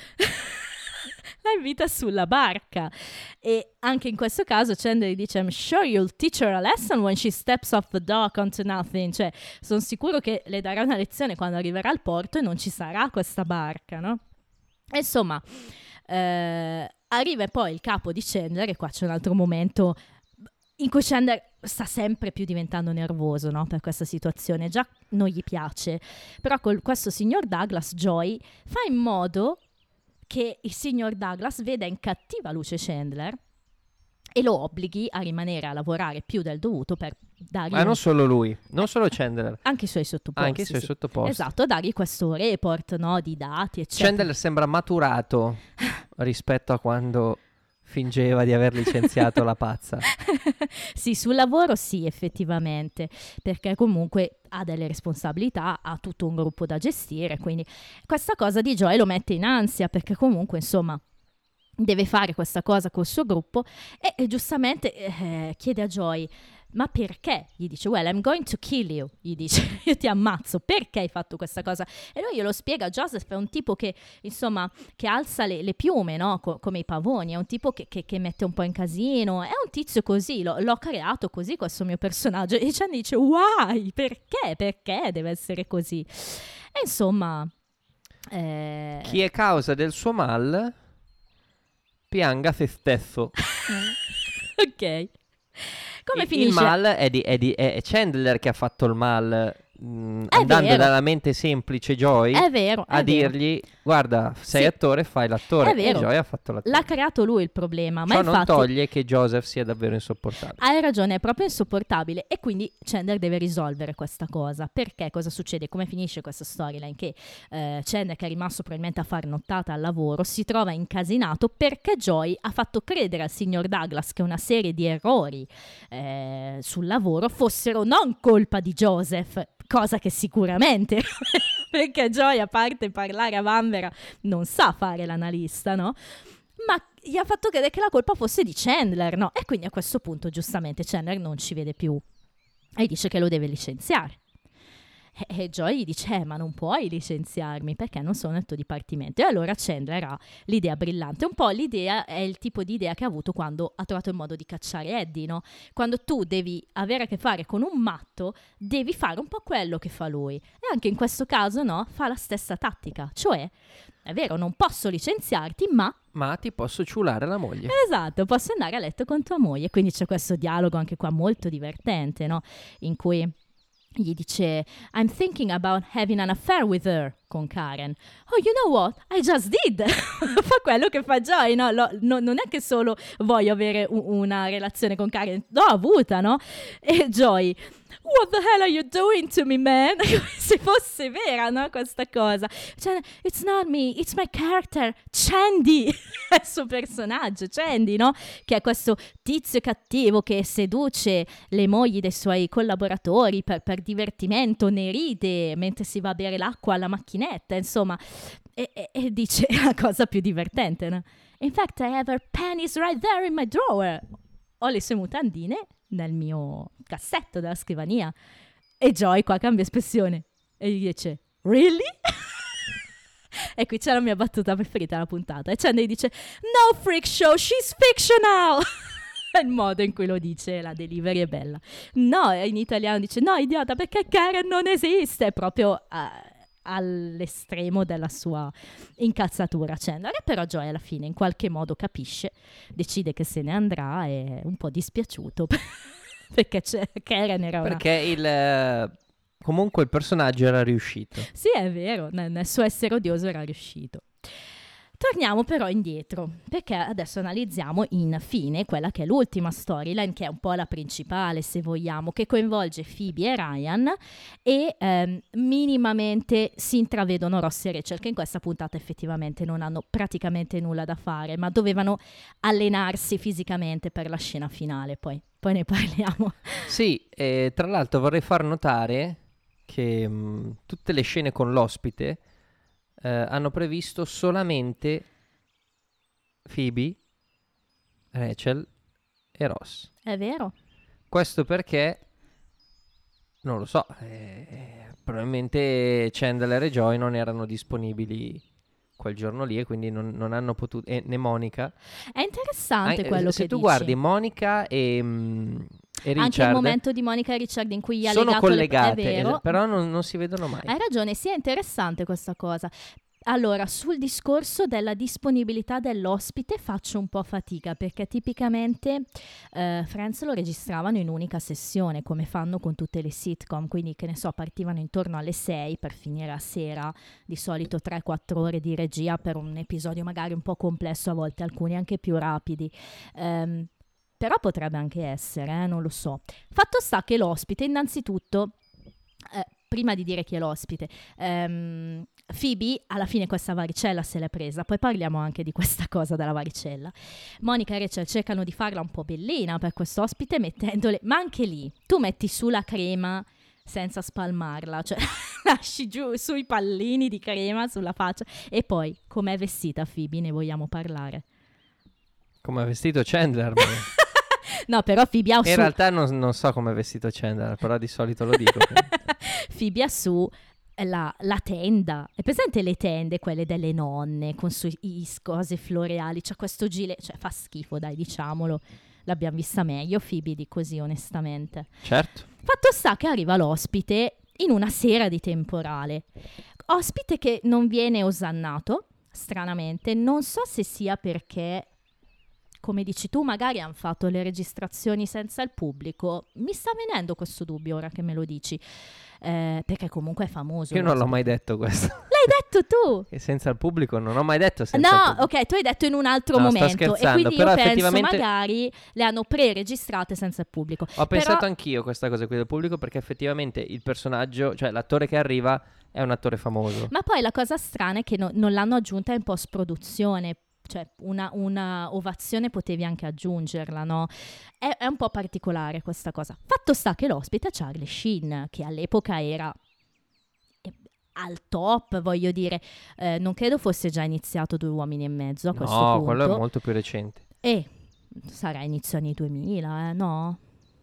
invita sulla barca e anche in questo caso Chandler dice I'm sure you'll teach her a lesson when she steps off the dock onto nothing, cioè sono sicuro che le darà una lezione quando arriverà al porto e non ci sarà questa barca, no? E insomma arriva poi il capo di Chandler e qua c'è un altro momento in cui Chandler sta sempre più diventando nervoso, no? Per questa situazione, già non gli piace, però con questo signor Douglas Joy fa in modo che il signor Douglas veda in cattiva luce Chandler e lo obblighi a rimanere a lavorare più del dovuto per dargli... Ma non solo lui, non solo Chandler. Anche i suoi sottoposti. Anche i suoi sottoposti. Esatto, a dargli questo report, no, di dati, eccetera. Chandler sembra maturato rispetto a quando fingeva di aver licenziato la pazza. Sì, sul lavoro sì, effettivamente, perché comunque ha delle responsabilità, ha tutto un gruppo da gestire, quindi questa cosa di Joy lo mette in ansia, perché comunque, insomma, deve fare questa cosa col suo gruppo e giustamente chiede a Joy: ma perché? Gli dice: well, I'm going to kill you. Gli dice: io ti ammazzo, perché hai fatto questa cosa? E lui glielo spiega. Joseph è un tipo che, insomma, che alza le piume, no? Come i pavoni, è un tipo che mette un po' in casino, è un tizio così, l'ho creato così questo mio personaggio. E Chandler dice: why? Perché? Perché deve essere così? E insomma... chi è causa del suo mal pianga se stesso. Ok. Come finisce? Il mal è Chandler che ha fatto il mal, andando vero. dalla mente semplice Joy È vero, a è vero. dirgli: guarda, sei Sì. attore, fai l'attore. È vero. E Joy ha fatto l'attore. L'ha creato lui il problema. Ma Ciò infatti, non toglie che Joseph sia davvero insopportabile. hai ragione, è proprio insopportabile. E quindi Chandler deve risolvere questa cosa. Perché? Cosa succede? Come finisce questa storyline? Che Chandler, che è rimasto probabilmente a fare nottata al lavoro, si trova incasinato perché Joy ha fatto credere al signor Douglas che una serie di errori sul lavoro fossero non colpa di Joseph, cosa che sicuramente perché Joy, a parte parlare a vanvera, non sa fare l'analista, no? Ma gli ha fatto credere che la colpa fosse di Chandler, no? E quindi a questo punto giustamente Chandler non ci vede più e dice che lo deve licenziare. E Joy gli dice: ma non puoi licenziarmi perché non sono nel tuo dipartimento. E allora Chandler ha l'idea brillante. Un po' l'idea è il tipo di idea che ha avuto quando ha trovato il modo di cacciare Eddie, no? Quando tu devi avere a che fare con un matto, devi fare un po' quello che fa lui. E anche in questo caso, no, fa la stessa tattica. Cioè, è vero, non posso licenziarti, ma ti posso ciulare la moglie. esatto, posso andare a letto con tua moglie. Quindi c'è questo dialogo anche qua molto divertente, no? In cui gli dice: I'm thinking about having an affair with her, con Karen. Oh, you know what? I just did. Fa quello che fa Joy, no? Non è che solo voglio avere una relazione con Karen, l'ho avuta, no? E Joy: what the hell are you doing to me, man? Se fosse vera, no, questa cosa. Cioè, it's not me, it's my character, Chandy. È il suo personaggio, Chandy, no? Che è questo tizio cattivo che seduce le mogli dei suoi collaboratori per divertimento, ne ride mentre si va a bere l'acqua alla macchinetta, insomma. E dice la cosa più divertente, no? In fact, I have her panties right there in my drawer. Ho le sue mutandine nel mio cassetto della scrivania. E Joy qua cambia espressione e gli dice: really? E qui c'è la mia battuta preferita della puntata. E Chandler dice: no freak show, she's fictional. Il modo in cui lo dice, la delivery è bella. No, in italiano dice: no idiota, perché Karen non esiste. Proprio all'estremo della sua incazzatura Chandler. E però Joy alla fine in qualche modo capisce, decide che se ne andrà, è un po' dispiaciuto perché Karen era perché comunque il personaggio era riuscito. Sì, è vero, nel suo essere odioso era riuscito. Torniamo però indietro, perché adesso analizziamo infine quella che è l'ultima storyline, che è un po' la principale, se vogliamo, che coinvolge Phoebe e Ryan e minimamente si intravedono Ross e Rachel, che in questa puntata effettivamente non hanno praticamente nulla da fare, ma dovevano allenarsi fisicamente per la scena finale, poi ne parliamo. Sì, tra l'altro vorrei far notare che tutte le scene con l'ospite hanno previsto solamente Phoebe, Rachel e Ross. È vero. Questo perché, non lo so, probabilmente Chandler e Joy non erano disponibili quel giorno lì e quindi non hanno potuto, né Monica. È interessante quello se che tu dici. guardi Monica e Richard, anche il momento di Monica e Richard in cui gli ha sono legato collegate, è vero. però non si vedono mai. Hai ragione, sì, è interessante questa cosa. Allora, sul discorso della disponibilità dell'ospite faccio un po' fatica, perché tipicamente Friends lo registravano in unica sessione, come fanno con tutte le sitcom, quindi che ne so, partivano intorno alle 6 per finire a sera, di solito 3-4 ore di regia per un episodio magari un po' complesso, a volte alcuni anche più rapidi. Però potrebbe anche essere, non lo so. Fatto sta che l'ospite, innanzitutto, prima di dire chi è l'ospite, Phoebe alla fine questa varicella se l'è presa, poi parliamo anche di questa cosa della varicella. Monica e Rachel cercano di farla un po' bellina per quest'ospite mettendole, ma anche lì tu metti su la crema senza spalmarla, cioè lasci giù sui pallini di crema sulla faccia. E poi com'è vestita Phoebe, ne vogliamo parlare? Come è vestito Chandler. ma- No, però Phoebe ha In su... realtà non so come è vestito Chandler, però di solito lo dico. quindi. Phoebe ha su la tenda. È presente le tende, quelle delle nonne, con su i cose floreali? C'ha questo gilet, cioè fa schifo, dai, diciamolo. L'abbiamo vista meglio Phoebe di così, onestamente. Certo. Fatto sta che arriva l'ospite in una sera di temporale. Ospite che non viene osannato, stranamente. Non so se sia perché, come dici tu, magari hanno fatto le registrazioni senza il pubblico. Mi sta venendo questo dubbio ora che me lo dici. Perché comunque è famoso. Io non l'ho l'ospite. mai detto questo. L'hai detto tu! E senza il pubblico non ho mai detto senza il No, pubblico. ok, tu hai detto in un altro No, sto momento. E scherzando, quindi però io penso effettivamente- magari le hanno pre-registrate senza il pubblico. Ho pensato Però- anch'io questa cosa qui del pubblico perché effettivamente il personaggio, cioè l'attore che arriva è un attore famoso. Ma poi la cosa strana è che non l'hanno aggiunta in post-produzione. Cioè, una ovazione potevi anche aggiungerla, no? È un po' particolare questa cosa. Fatto sta che l'ospite è Charlie Sheen, che all'epoca era al top, voglio dire. Non credo fosse già iniziato Due uomini e mezzo a questo No, punto. quello è molto più recente. E sarà inizio anni 2000, no?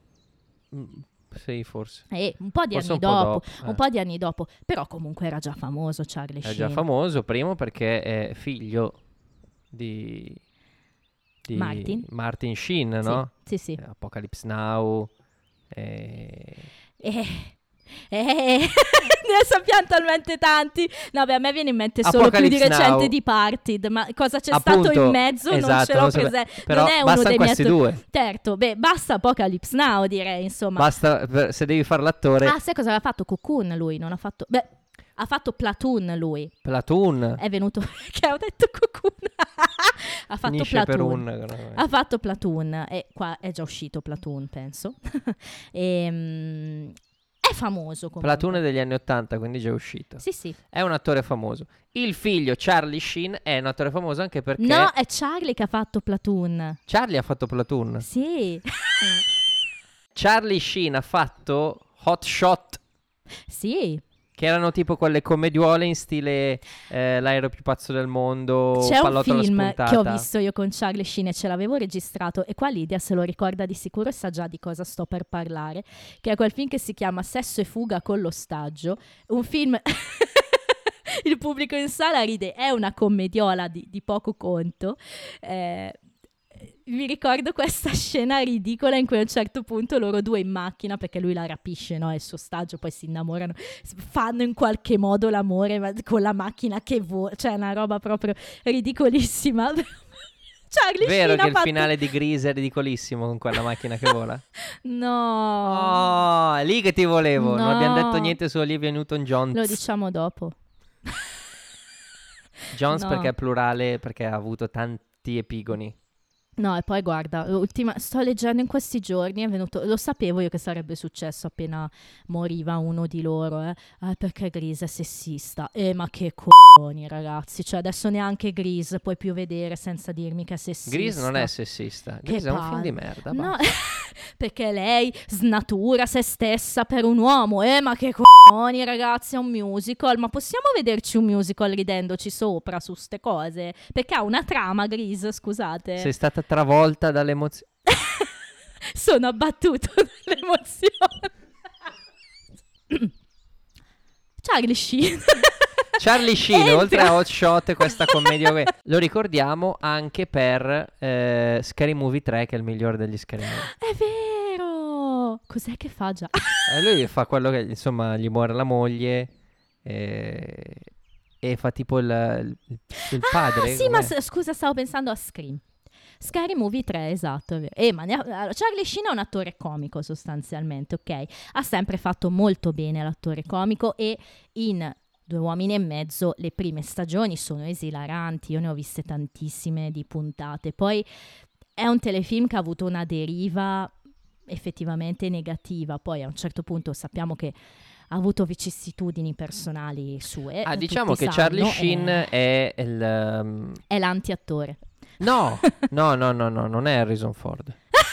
Sì, forse. Un po' di Forse anni un po' dopo, dopo, un po' di anni dopo. Però comunque era già famoso Charlie È Sheen. già famoso, primo perché è figlio di Martin? Sheen, no? Sì, sì. Apocalypse Now. Ne sappiamo talmente tanti. No, beh, a me viene in mente solo più di Apocalypse recente Now. Departed, ma cosa c'è Appunto, stato in mezzo non esatto, ce l'ho non so- presente. però Non è uno bastano dei miei questi due. Certo, beh, basta Apocalypse Now, direi, insomma. Basta, se devi fare l'attore, Ah, sai cosa aveva fatto? Cocoon lui, non ha fatto... Beh, ha fatto Platoon lui. Platoon. È venuto... che ho detto Cocoon. Ha fatto Finisce per Platoon. un... Ha fatto Platoon e qua è già uscito Platoon, penso. È famoso comunque. Platoon è degli anni 80, quindi già è uscito. Sì, sì. È un attore famoso. Il figlio Charlie Sheen è un attore famoso anche perché No, è Charlie che ha fatto Platoon. Charlie ha fatto Platoon. Sì. Charlie Sheen ha fatto Hot Shot, Sì. che erano tipo quelle commediuole in stile l'aereo più pazzo del mondo, C'è un Pallotto alla film spuntata. che ho visto io con Charlie Sheen e ce l'avevo registrato e qua Lidia se lo ricorda di sicuro e sa già di cosa sto per parlare, che è quel film che si chiama Sesso e fuga con l'ostaggio, un film... Il pubblico in sala ride, è una commediola di poco conto. Mi ricordo questa scena ridicola in cui a un certo punto loro due in macchina, perché lui la rapisce, no? È il suo ostaggio, poi si innamorano, fanno in qualche modo l'amore ma con la macchina che vola, cioè una roba proprio ridicolissima. Charlie Vero Sheen che ha il fatto... finale di Grease è ridicolissimo con quella macchina che vola? No, Oh, è lì che ti volevo. Non No. abbiamo detto niente su Olivia Newton-John. lo diciamo dopo. Jones No. perché è plurale, perché ha avuto tanti epigoni. No, e poi guarda, sto leggendo in questi giorni, è venuto, lo sapevo io che sarebbe successo appena moriva uno di loro, perché Grease è sessista. Ma che coglioni, ragazzi, cioè adesso neanche Grease puoi più vedere senza dirmi che è sessista. Grease non è sessista. Grease è un film di merda. No, basta. perché lei snatura se stessa per un uomo, ma che coglioni, ragazzi, è un musical, ma possiamo vederci un musical ridendoci sopra su ste cose? Perché ha una trama, Grease, scusate. Sei stata travolta dall'emozione. Sono abbattuto dall'emozione. Charlie Sheen. Charlie Sheen, Entra. oltre a Hot Shot, questa commedia lo ricordiamo anche per Scary Movie 3, che è il migliore degli Scary Movie. È vero. Cos'è che fa già? Lui fa quello che, insomma, gli muore la moglie e fa tipo il padre. Sì, ma com'è? scusa, stavo pensando a Scream. Scary Movie 3, esatto. È vero. Allora, Charlie Sheen è un attore comico sostanzialmente, ok? Ha sempre fatto molto bene l'attore comico e in Due uomini e mezzo le prime stagioni sono esilaranti, io ne ho viste tantissime di puntate. Poi è un telefilm che ha avuto una deriva effettivamente negativa, poi a un certo punto sappiamo che ha avuto vicissitudini personali sue. Diciamo tutti che sanno, Charlie Sheen è il... è l'anti-attore. No, non è Harrison Ford.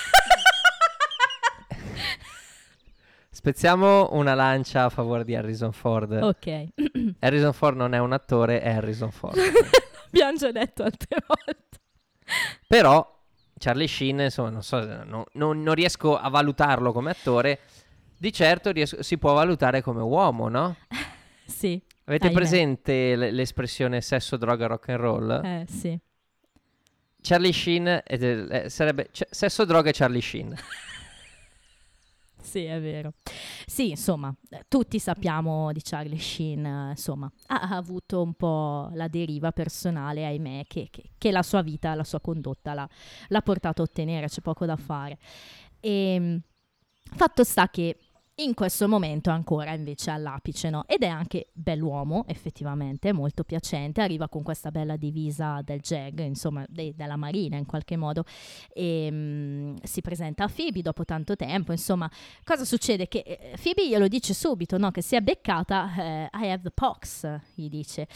Spezziamo una lancia a favore di Harrison Ford. Ok. Harrison Ford non è un attore, è Harrison Ford. Abbiamo già detto altre volte. Però Charlie Sheen, insomma, non so, non riesco a valutarlo come attore, di certo si può valutare come uomo, no? Sì. Avete ahimè. presente l'espressione sesso, droga, rock and roll? Sì. Charlie Sheen sarebbe sesso, droga e Charlie Sheen. Sì, è vero. Sì, insomma, tutti sappiamo di Charlie Sheen, insomma, ha avuto un po' la deriva personale, ahimè, che la sua vita, la sua condotta l'ha portato a ottenere, c'è poco da fare. E fatto sta che in questo momento è ancora invece all'apice, no? Ed è anche bell'uomo, effettivamente, molto piacente, arriva con questa bella divisa del JAG, insomma, della Marina in qualche modo, e si presenta a Phoebe dopo tanto tempo, insomma, cosa succede? Che Phoebe glielo dice subito, no? Che si è beccata, I have the pox, gli dice,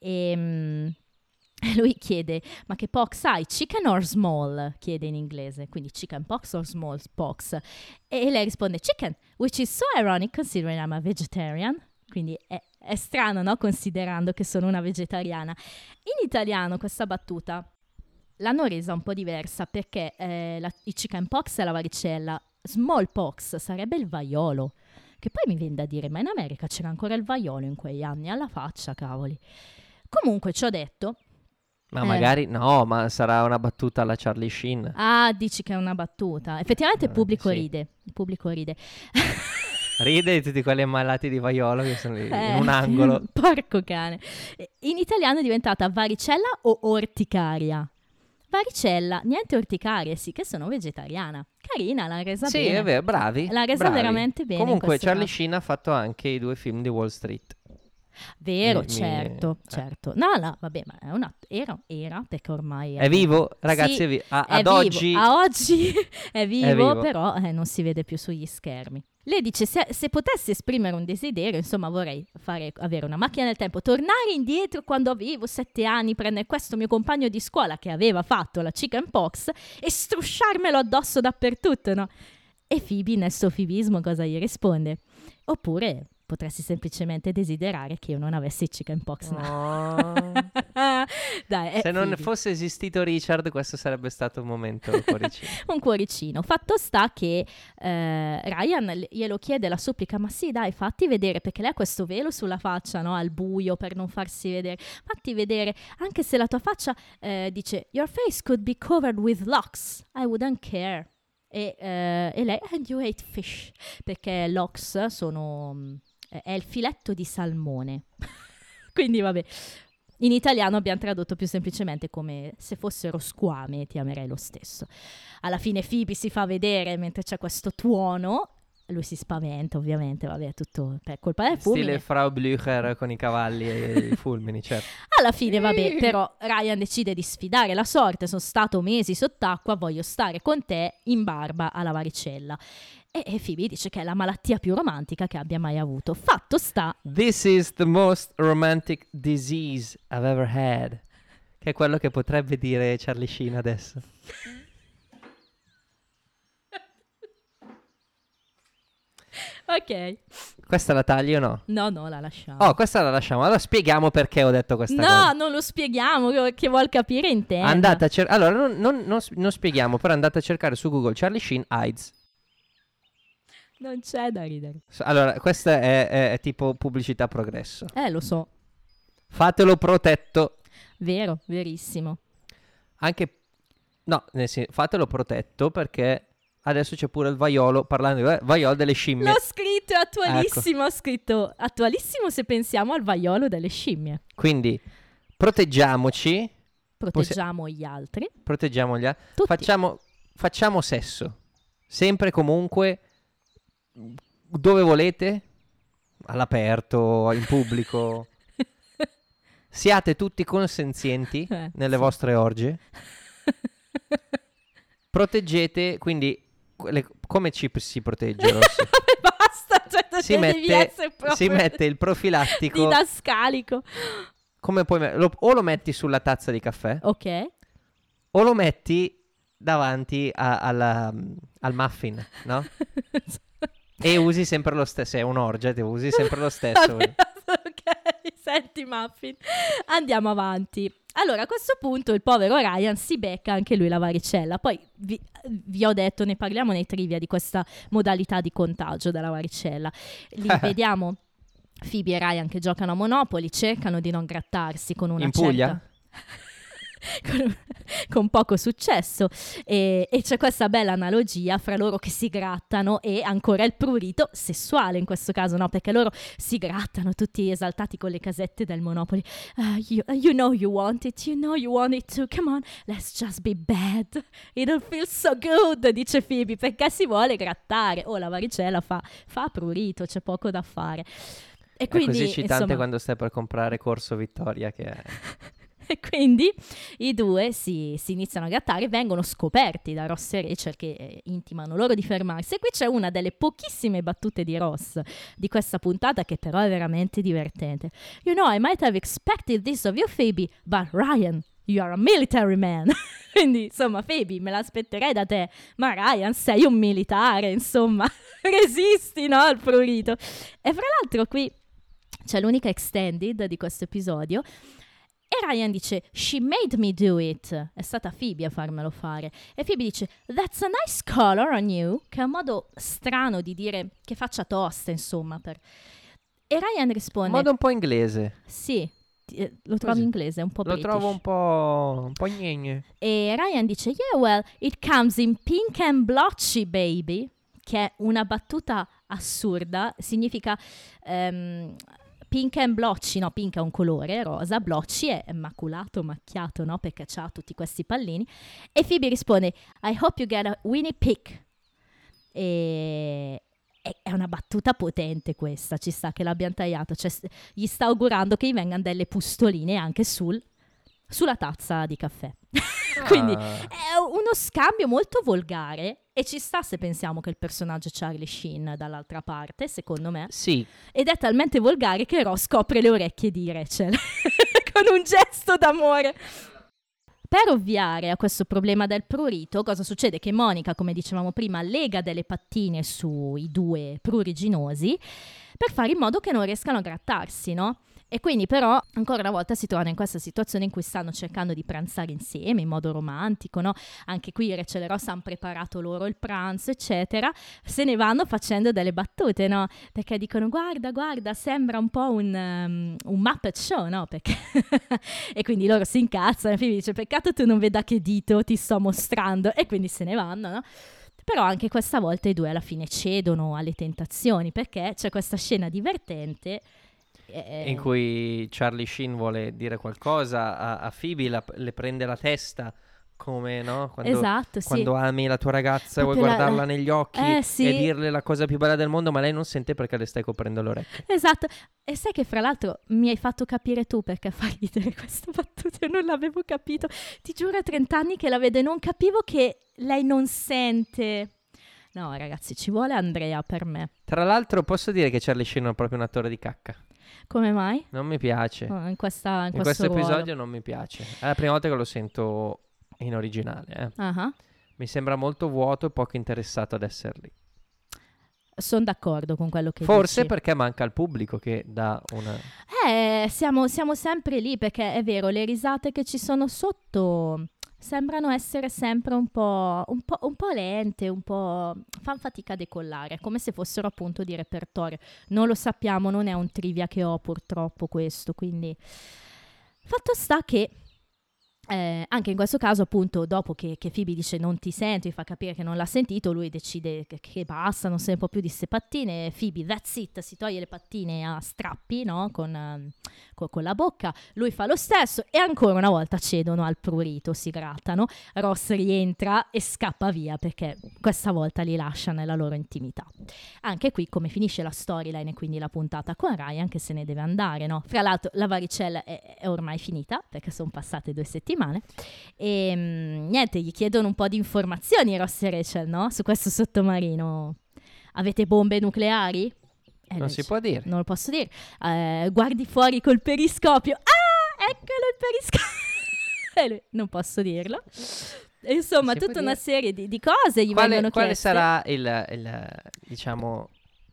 e lui chiede, ma che pox hai? Chicken or small? Chiede in inglese, quindi chicken pox or small pox? E lei risponde chicken, which is so ironic considering I'm a vegetarian. Quindi è strano, no? Considerando che sono una vegetariana. In italiano questa battuta l'hanno resa un po' diversa perché i chicken pox è la varicella, small pox sarebbe il vaiolo. Che poi mi viene da dire, ma in America c'era ancora il vaiolo in quegli anni, alla faccia, cavoli. Comunque, ci ho detto... Ma magari no, ma sarà una battuta alla Charlie Sheen. Ah, dici che è una battuta. Effettivamente il pubblico sì. ride. Il pubblico ride. Ride di tutti quelli ammalati di vaiolo che sono lì in un angolo. Porco cane. In italiano è diventata varicella o orticaria? Varicella, niente orticarie, sì, che sono vegetariana. Carina, l'ha resa bene. Sì, è vero, bravi. L'ha resa veramente bene. Comunque Charlie Sheen ha fatto anche i 2 film di Wall Street. Vero, certo. No, vabbè, ma era perché ormai... È vivo? Ragazzi, sì, è vivo. Ad vivo. oggi... A oggi è vivo, però non si vede più sugli schermi. Lei dice, se potessi esprimere un desiderio, insomma, vorrei avere una macchina del tempo, tornare indietro quando avevo 7 anni, prendere questo mio compagno di scuola che aveva fatto la chicken pox e strusciarmelo addosso dappertutto, no? E Phoebe, nel suo fibismo, cosa gli risponde? Oppure... potresti semplicemente desiderare che io non avessi chickenpox. No. Dai, se non fosse esistito Richard, questo sarebbe stato un momento cuoricino. Un cuoricino. Fatto sta che Ryan glielo chiede, la supplica, ma sì dai, fatti vedere, perché lei ha questo velo sulla faccia, no? Al buio, per non farsi vedere. Fatti vedere, anche se la tua faccia dice, your face could be covered with locks, I wouldn't care. E lei, and you hate fish, perché locks è il filetto di salmone. Quindi vabbè, in italiano abbiamo tradotto più semplicemente come se fossero squame, ti amerei lo stesso. Alla fine Phoebe si fa vedere mentre c'è questo tuono, lui si spaventa ovviamente, vabbè, tutto per colpa del fulmine. Stile Frau Blücher con i cavalli e i fulmini, certo. Alla fine vabbè, però Ryan decide di sfidare la sorte, sono stato mesi sott'acqua, voglio stare con te in barba alla varicella. E Phoebe dice che è la malattia più romantica che abbia mai avuto. Fatto sta... This is the most romantic disease I've ever had. Che è quello che potrebbe dire Charlie Sheen adesso. Ok. Questa la tagli o no? No, la lasciamo. Oh, questa la lasciamo. Allora spieghiamo perché ho detto questa cosa. No, non lo spieghiamo, che vuol capire in tema. Andate a allora, non spieghiamo, però andate a cercare su Google Charlie Sheen AIDS. Non c'è da ridere. Allora, questa è tipo pubblicità progresso. Lo so. Fatelo protetto. Vero, verissimo. Anche... No, nel senso, fatelo protetto perché adesso c'è pure il vaiolo, parlando di vaiolo delle scimmie. L'ho scritto, è attualissimo. Ho scritto attualissimo se pensiamo al vaiolo delle scimmie. Quindi proteggiamoci. Proteggiamo gli altri. Proteggiamo gli altri. Facciamo sesso. Sempre comunque... Dove volete? All'aperto, in pubblico. Siate tutti consenzienti nelle vostre orge. Proteggete, quindi come si protegge Rossi? Basta, cioè, si mette il profilattico didascalico. Come puoi o lo metti sulla tazza di caffè, ok, o lo metti davanti al muffin, no? E usi sempre lo stesso. Se è un'orgia, ti usi sempre lo stesso. Ok, senti muffin. Andiamo avanti. Allora, a questo punto il povero Ryan si becca anche lui la varicella. Poi vi ho detto, ne parliamo nei trivia di questa modalità di contagio della varicella. Lì vediamo Phoebe e Ryan che giocano a Monopoly, cercano di non grattarsi con una In Puglia? con poco successo, e c'è questa bella analogia fra loro che si grattano e ancora il prurito sessuale in questo caso, no? Perché loro si grattano tutti esaltati con le casette del Monopoly. You know you want it too, come on, let's just be bad, it'll feel so good, dice Phoebe, perché si vuole grattare. La varicella fa prurito, c'è poco da fare. E quindi, è così eccitante, insomma, quando stai per comprare Corso Vittoria che è... E quindi i due si iniziano a grattare, vengono scoperti da Ross e Rachel che intimano loro di fermarsi. E qui c'è una delle pochissime battute di Ross di questa puntata che però è veramente divertente. You know, I might have expected this of you, Phoebe, but Ryan, you are a military man. Quindi, insomma, Phoebe, me l'aspetterei da te, ma Ryan, sei un militare, insomma, resisti, no, al prurito. E fra l'altro qui c'è l'unica extended di questo episodio. E Ryan dice, she made me do it. È stata Phoebe a farmelo fare. E Phoebe dice, that's a nice color on you. Che è un modo strano di dire che faccia tosta, insomma. E Ryan risponde... Un modo un po' inglese. Sì, lo trovo inglese, un po' Lo british. trovo un po' gnegne. E Ryan dice, yeah, well, it comes in pink and blotchy, baby. Che è una battuta assurda. Significa... pink and blotchy, no, pink è un colore, rosa, blotchy è maculato, macchiato, no, perché c'ha tutti questi pallini. E Phoebe risponde, I hope you get a Winnie Pick. E è una battuta potente questa, ci sta che l'abbiano tagliato, cioè gli sta augurando che gli vengano delle pustoline anche sulla tazza di caffè. Quindi è uno scambio molto volgare e ci sta se pensiamo che il personaggio Charlie Sheen dall'altra parte, secondo me. Sì. Ed è talmente volgare che Ross copre le orecchie di Rachel con un gesto d'amore. Per ovviare a questo problema del prurito, cosa succede? Che Monica, come dicevamo prima, lega delle pattine sui due pruriginosi per fare in modo che non riescano a grattarsi, no? E quindi però ancora una volta si trovano in questa situazione in cui stanno cercando di pranzare insieme in modo romantico, no? Anche qui Rachel e Ross hanno preparato loro il pranzo, eccetera. Se ne vanno facendo delle battute, no? Perché dicono guarda, sembra un po' un Muppet Show, no? Perché e quindi loro si incazzano e Phoebe dice peccato tu non veda che dito ti sto mostrando, e quindi se ne vanno, no? Però anche questa volta i due alla fine cedono alle tentazioni, perché c'è questa scena divertente in cui Charlie Sheen vuole dire qualcosa a Phoebe, le prende la testa come, no? Esatto, quando ami la tua ragazza e vuoi proprio guardarla negli occhi sì. e dirle la cosa più bella del mondo, ma lei non sente perché le stai coprendo le orecchie. Esatto. E sai che fra l'altro mi hai fatto capire tu perché fai ridere questa battuta, io non l'avevo capito. Ti giuro, a 30 anni che la vedo e non capivo che lei non sente. No, ragazzi, ci vuole Andrea per me. Tra l'altro posso dire che Charlie Sheen è proprio un attore di cacca. Come mai? Non mi piace. In questo episodio non mi piace. È la prima volta che lo sento in originale. Uh-huh. Mi sembra molto vuoto e poco interessato ad essere lì. Sono d'accordo con quello che Forse dici. perché manca il pubblico che dà una... Siamo sempre lì, perché è vero, le risate che ci sono sotto sembrano essere sempre un po' lente, un po' fan fatica a decollare, come se fossero appunto di repertorio. Non lo sappiamo, non è un trivia che ho purtroppo questo, quindi fatto sta che anche in questo caso appunto dopo che Phoebe dice non ti sento, gli fa capire che non l'ha sentito, lui decide che basta, non se ne può più di ste pattine. Phoebe, that's it, si toglie le pattine a strappi, no? Con la bocca, lui fa lo stesso e ancora una volta cedono al prurito, si grattano. Ross rientra e scappa via perché questa volta li lascia nella loro intimità. Anche qui come finisce la storyline e quindi la puntata con Ryan che se ne deve andare, no? Fra l'altro la varicella è ormai finita perché sono passate 2 settimane. E niente, gli chiedono un po' di informazioni Ross e Rachel, no? Su questo sottomarino. Avete bombe nucleari? Non si può dire. Non lo posso dire. Guardi fuori col periscopio. Ah, eccolo il periscopio. Non posso dirlo. E insomma, tutta una serie di cose gli vengono quale chieste. sarà diciamo,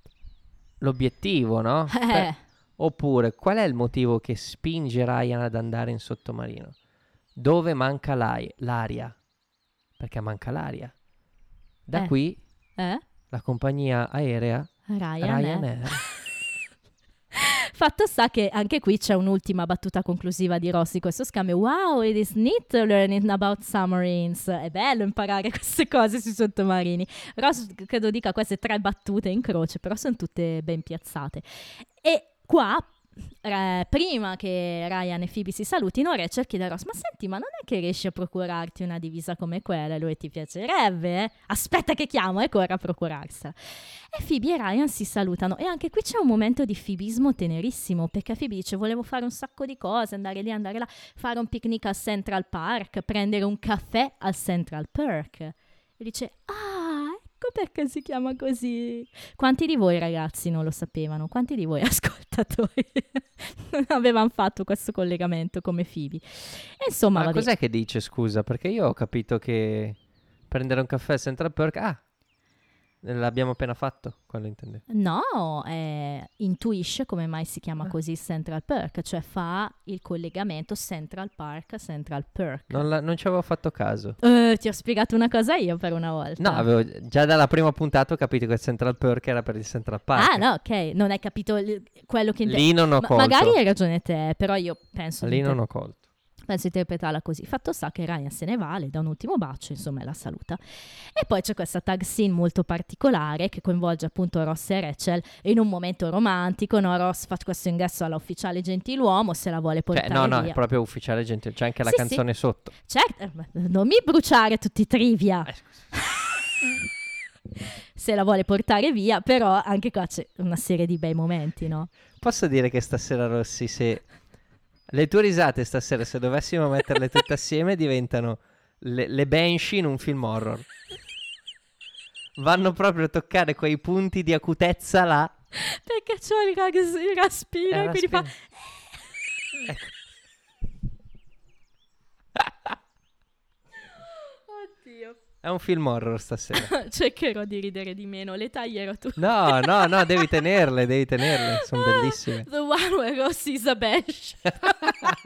l'obiettivo, no? Oppure, qual è il motivo che spinge Ryan ad andare in sottomarino? dove manca l'aria, perché manca l'aria. Da qui la compagnia aerea Ryanair. Fatto sta che anche qui c'è un'ultima battuta conclusiva di Ross di questo scambio. Wow, it is neat learning about submarines. È bello imparare queste cose sui sottomarini. Ross credo dica queste 3 battute in croce, però sono tutte ben piazzate. E qua, prima che Ryan e Phoebe si salutino, Rachel chiede a Ross: ma senti, ma non è che riesci a procurarti una divisa come quella? Lui: ti piacerebbe? Aspetta che chiamo, e corre a procurarsela. E Phoebe e Ryan si salutano, e anche qui c'è un momento di fibismo tenerissimo, perché Phoebe dice: volevo fare un sacco di cose, andare lì, andare là, fare un picnic al Central Park, prendere un caffè al Central Perk. E dice: ecco perché si chiama così. Quanti di voi ragazzi non lo sapevano? Quanti di voi ascoltatori non avevano fatto questo collegamento come Phoebe? E insomma, ma cos'è che dice, scusa? Perché io ho capito che prendere un caffè al Central Perk... l'abbiamo appena fatto, quello intendevo. No, intuisce come mai si chiama così Central Perk, cioè fa il collegamento Central Park, Central Perk. Non ci avevo fatto caso. Ti ho spiegato una cosa io per una volta. No, avevo già dalla prima puntata ho capito che il Central Perk era per il Central Park. Ah no, ok, non hai capito quello che... Lì non ho colto. Magari hai ragione te, però io penso... Lì non ho colto. Penso interpretarla così. Fatto sta che Ryan se ne va, le dà un ultimo bacio, insomma, e la saluta. E poi c'è questa tag scene molto particolare che coinvolge appunto Ross e Rachel in un momento romantico, no? Ross fa questo ingresso alla ufficiale gentiluomo, se la vuole portare via. No, è proprio ufficiale gentiluomo, c'è anche la canzone sotto. Certo, non mi bruciare tutti i trivia. Se la vuole portare via, però anche qua c'è una serie di bei momenti, no? Posso dire che stasera, Rossi, se... le tue risate stasera, se dovessimo metterle tutte assieme, diventano le Banshee in un film horror. Vanno proprio a toccare quei punti di acutezza là. Perché c'ho il raspino e quindi fa... Ecco. Oddio. È un film horror stasera. Cercherò di ridere di meno, le taglierò tutte. No, devi tenerle, sono bellissime. The one where Ross is a bench. Proprio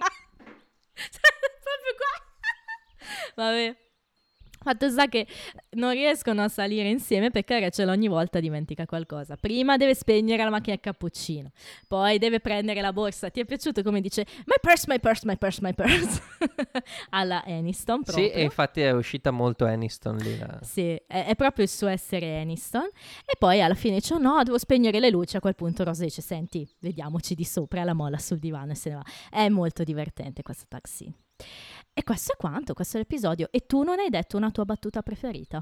qua. Vabbè. Fatto sta che non riescono a salire insieme perché Rachel ogni volta dimentica qualcosa. Prima deve spegnere la macchina del cappuccino, poi deve prendere la borsa. Ti è piaciuto come dice my purse, my purse, my purse, my purse? Alla Aniston proprio. Sì, e infatti è uscita molto Aniston lì. Sì, è proprio il suo essere Aniston. E poi alla fine dice no, devo spegnere le luci. A quel punto Rosa dice senti, vediamoci di sopra, la molla sul divano e se ne va. È molto divertente questa taxi. E questo è quanto, questo è l'episodio. E tu non hai detto una tua battuta preferita?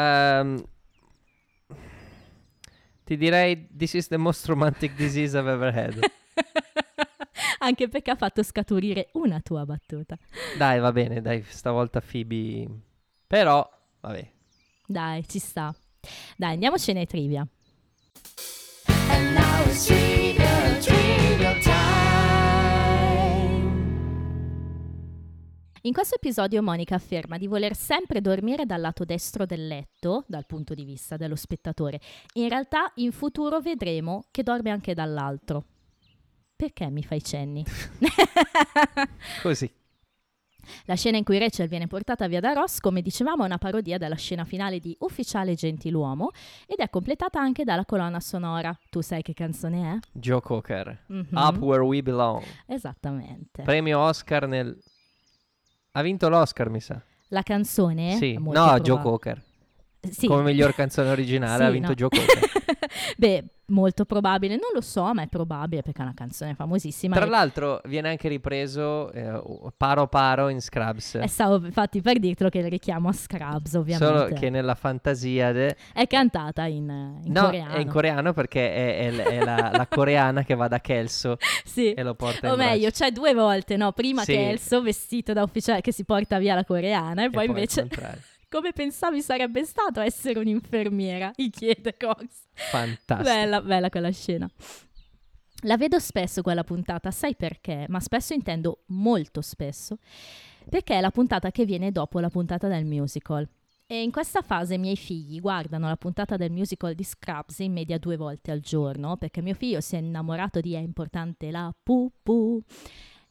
Ti direi this is the most romantic disease I've ever had. Anche perché ha fatto scaturire una tua battuta. Dai, va bene, dai, stavolta Phoebe. Però, vabbè. Dai, ci sta. Dai, andiamoci nei trivia. And now it's trivia time. In questo episodio Monica afferma di voler sempre dormire dal lato destro del letto, dal punto di vista dello spettatore. In realtà in futuro vedremo che dorme anche dall'altro. Perché mi fai cenni? Così. La scena in cui Rachel viene portata via da Ross, come dicevamo, è una parodia della scena finale di Ufficiale Gentiluomo ed è completata anche dalla colonna sonora. Tu sai che canzone è? Joe Cocker. Mhm. Up Where We Belong. Esattamente. Premio Oscar Ha vinto l'Oscar, mi sa. La canzone? Sì. Molti No, proba- Joe Cocker. Sì. Come miglior canzone originale Sì, ha vinto no. Joe Cocker. Beh, molto probabile, non lo so, ma è probabile perché è una canzone famosissima. Tra l'altro viene anche ripreso Paro Paro in Scrubs. Stavo infatti per dirtelo che il richiamo a Scrubs, ovviamente. Solo che nella fantasia è cantata in no, coreano. è in coreano perché è la coreana che va da Kelso Sì. e lo porta in O meglio, braccio. c'è 2 volte, no? Prima Sì. che Elso vestito da ufficiale che si porta via la coreana e poi al invece contrario. come pensavi sarebbe stato essere un'infermiera? Gli chiede Cox. Fantastico. Bella quella scena. La vedo spesso quella puntata, sai perché? Ma spesso intendo molto spesso, perché è la puntata che viene dopo la puntata del musical. E in questa fase i miei figli guardano la puntata del musical di Scrubs in media 2 volte al giorno, perché mio figlio si è innamorato di È importante la pupù.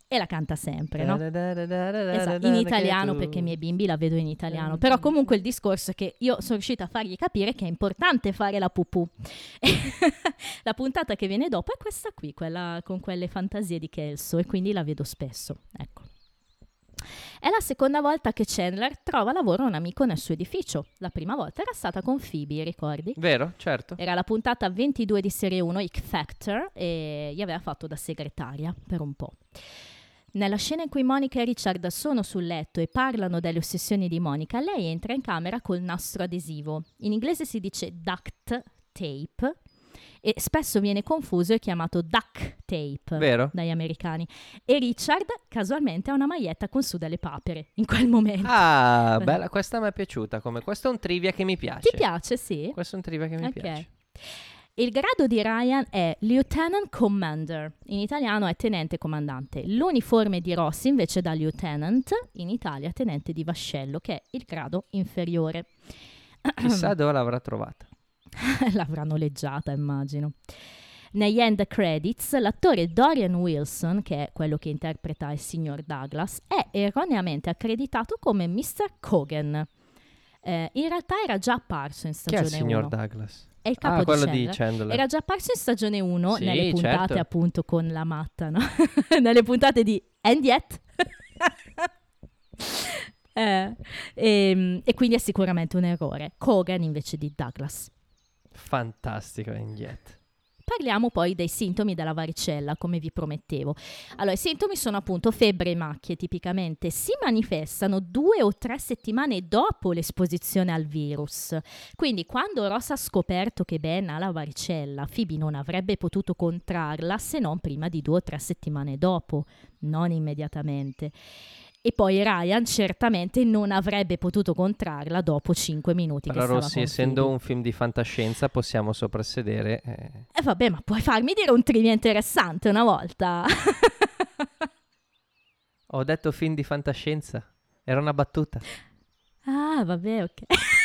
e la canta sempre, no? Esatto, in italiano, perché i miei bimbi la vedo in italiano. Però comunque il discorso è che io sono riuscita a fargli capire che è importante fare la pupù. La puntata che viene dopo è questa qui, quella con quelle fantasie di Kelso, e quindi la vedo spesso, ecco. È la seconda volta che Chandler trova lavoro a un amico nel suo edificio. La prima volta era stata con Phoebe, ricordi? Vero, certo. Era la puntata 22 di serie 1, Ick Factor, e gli aveva fatto da segretaria per un po'. Nella scena in cui Monica e Richard sono sul letto e parlano delle ossessioni di Monica, lei entra in camera col nastro adesivo. In inglese si dice duct tape e spesso viene confuso e chiamato duct tape Vero? dagli americani. E Richard casualmente ha una maglietta con su delle papere in quel momento. Ah, bella, questa mi è piaciuta. Questo è un trivia che mi piace. Ti piace, sì? Questo è un trivia che mi Ok. piace. Il grado di Ryan è Lieutenant Commander, in italiano è tenente comandante. L'uniforme di Ross invece da Lieutenant, in Italia tenente di vascello, che è il grado inferiore. Chissà dove l'avrà trovata. L'avrà noleggiata, immagino. Negli end credits, l'attore Dorian Wilson, che è quello che interpreta il signor Douglas, è erroneamente accreditato come Mr. Cogan. In realtà era già apparso in Chi è il stagione signor 1. Douglas? È il capo quello di di Chandler. Chandler. Era già apparso in stagione 1 Sì, nelle puntate certo. appunto con la matta, no? Nelle puntate di And Yet. E quindi è sicuramente un errore. Cogan invece di Douglas. Fantastico, Indiet. Parliamo poi dei sintomi della varicella, come vi promettevo. Allora, i sintomi sono appunto febbre e macchie, tipicamente si manifestano 2 o 3 settimane dopo l'esposizione al virus. Quindi quando Ross ha scoperto che Ben ha la varicella, Phoebe non avrebbe potuto contrarla se non prima di 2 o 3 settimane dopo, non immediatamente. E poi Ryan certamente non avrebbe potuto contrarla dopo 5 minuti Però che stava Rossi, con essendo Phoebe. un film di fantascienza, possiamo soprassedere. E vabbè, ma puoi farmi dire un trivia interessante una volta? Ho detto film di fantascienza. Era una battuta. Ah, vabbè, ok.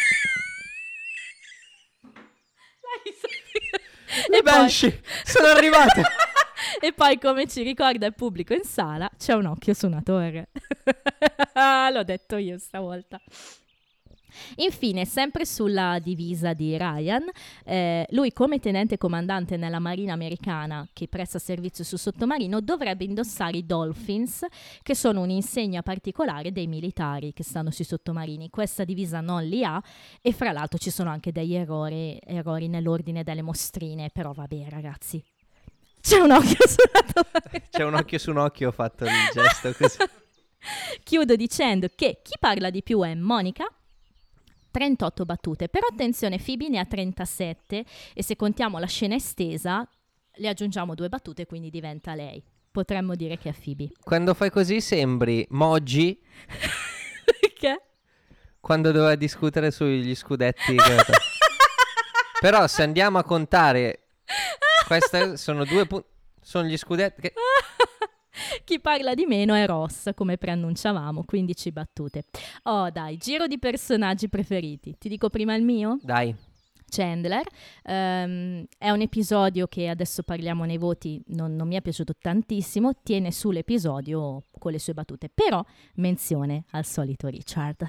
Le Banshee sono arrivate. E poi, come ci ricorda il pubblico in sala, c'è un occhio su una torre. L'ho detto io stavolta. Infine, sempre sulla divisa di Ryan, lui come tenente comandante nella marina americana che presta servizio sul sottomarino dovrebbe indossare i Dolphins, che sono un'insegna particolare dei militari che stanno sui sottomarini. Questa divisa non li ha e fra l'altro ci sono anche degli errori nell'ordine delle mostrine, però vabbè ragazzi. C'è un occhio sulla torre. C'è un occhio su un occhio, ho fatto il gesto così. Chiudo dicendo che chi parla di più è Monica, 38 battute, però attenzione, Phoebe ne ha 37 e se contiamo la scena estesa le aggiungiamo 2 battute, quindi diventa lei. Potremmo dire che è Phoebe. Quando fai così sembri Moggi Perché? quando doveva discutere sugli scudetti. Però se andiamo a contare, queste sono 2 punti. Sono gli scudetti che... Chi parla di meno è Ross, come preannunciavamo, 15 battute. Oh dai, giro di personaggi preferiti. Ti dico prima il mio? Dai. Chandler. È un episodio che adesso parliamo nei voti, non mi è piaciuto tantissimo, tiene su l'episodio con le sue battute, però menzione al solito Richard.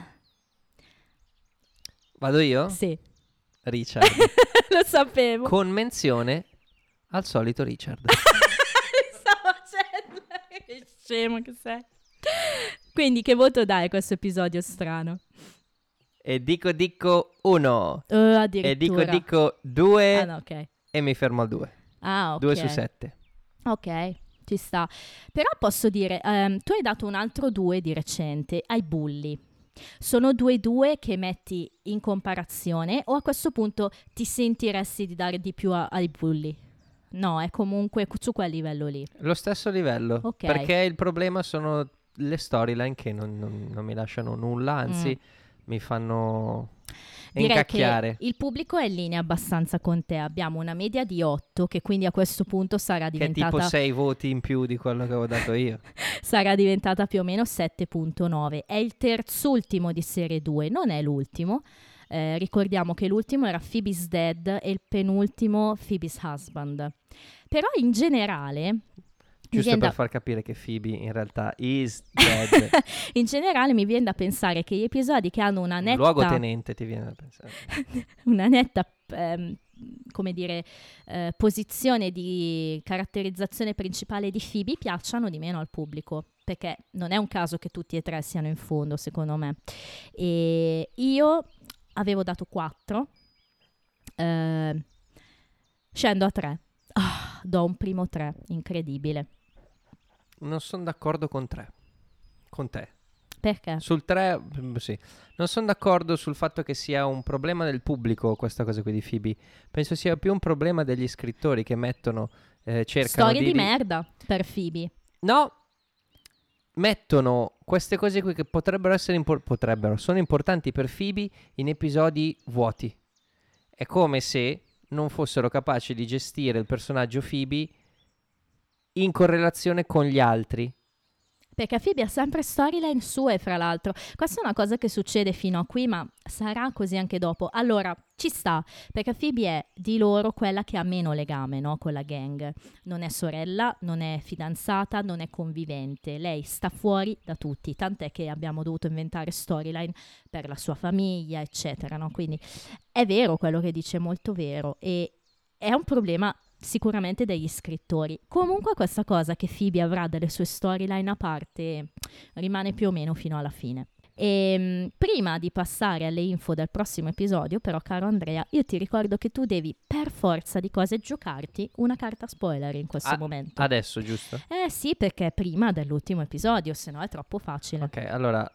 Vado io? Sì, Richard. lo sapevo. Con menzione al solito Richard. Stavo facendo. Che scemo che sei. Quindi che voto dai a questo episodio strano? E dico 1. Addirittura. E dico 2. Ah no, ok. E mi fermo al 2. Ah, ok. 2 su 7. Ok, ci sta. Però posso dire, tu hai dato un altro 2 di recente ai Bulli. Sono 2 che metti in comparazione o a questo punto ti sentiresti di dare di più ai Bulli? No, è comunque su quel livello lì. Lo stesso livello. Ok. Perché il problema sono le storyline che non mi lasciano nulla, anzi mi fanno Direi incacchiare. che il pubblico è in linea abbastanza con te. Abbiamo una media di 8 che quindi a questo punto sarà Che è diventata... tipo 6 voti in più di quello che avevo dato io. sarà diventata più o meno 7.9. È il terzultimo di serie 2, non è l'ultimo. Ricordiamo che l'ultimo era Phoebe's Dead e il penultimo Phoebe's Husband. Però in generale Giusto viene per da- far capire che Phoebe in realtà is dead. In generale mi viene da pensare che gli episodi che hanno una Un netta... luogotenente ti viene da pensare. una netta, come dire, posizione di caratterizzazione principale di Phoebe piacciono di meno al pubblico, perché non è un caso che tutti e tre siano in fondo, secondo me. E io avevo dato 4, scendo a 3. Do un primo 3, incredibile. Non sono d'accordo con te. Perché? Sul 3, sì. Non sono d'accordo sul fatto che sia un problema del pubblico questa cosa qui di Phoebe. Penso sia più un problema degli scrittori che mettono, cercano Storie di di... merda per Phoebe. No, mettono queste cose qui che potrebbero essere sono importanti per Phoebe in episodi vuoti. È come se non fossero capaci di gestire il personaggio Phoebe in correlazione con gli altri. Perché Phoebe ha sempre storyline sue, fra l'altro. Questa è una cosa che succede fino a qui, ma sarà così anche dopo. Allora, ci sta, perché Phoebe è di loro quella che ha meno legame, no, con la gang. Non è sorella, non è fidanzata, non è convivente. Lei sta fuori da tutti, tant'è che abbiamo dovuto inventare storyline per la sua famiglia, eccetera, no? Quindi è vero quello che dice, molto vero. E è un problema sicuramente degli scrittori. Comunque questa cosa che Phoebe avrà delle sue storyline a parte rimane più o meno fino alla fine. E prima di passare alle info del prossimo episodio, però, caro Andrea, io ti ricordo che tu devi per forza di cose giocarti una carta spoiler in questo momento. Adesso, giusto? Sì, perché è prima dell'ultimo episodio, se no è troppo facile. Ok, allora,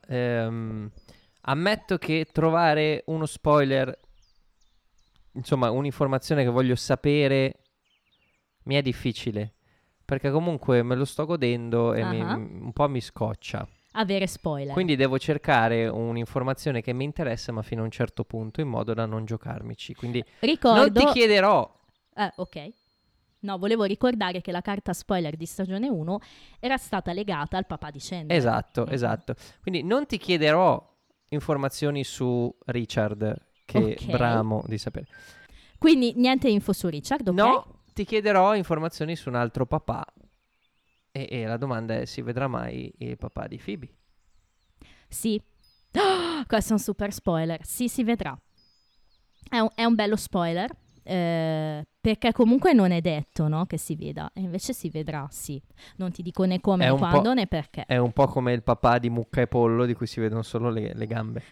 ammetto che trovare uno spoiler, insomma, un'informazione che voglio sapere, mi è difficile, perché comunque me lo sto godendo e un po' mi scoccia. Avere spoiler. Quindi devo cercare un'informazione che mi interessa, ma fino a un certo punto, in modo da non giocarmici. Quindi ricordo... non ti chiederò. Ok. No, volevo ricordare che la carta spoiler di stagione 1 era stata legata al papà di Chandler. Esatto. Quindi non ti chiederò informazioni su Richard, che Ok. bramo di sapere. Quindi niente info su Richard, ok? No, ti chiederò informazioni su un altro papà. E la domanda è: si vedrà mai il papà di Phoebe? Sì. Questo è un super spoiler. Sì, si vedrà. È un bello spoiler, perché comunque non è detto, no, che si veda. E invece si vedrà, sì. Non ti dico né come, È né un quando, po'- né perché. È un po' come il papà di Mucca e Pollo, di cui si vedono solo le gambe.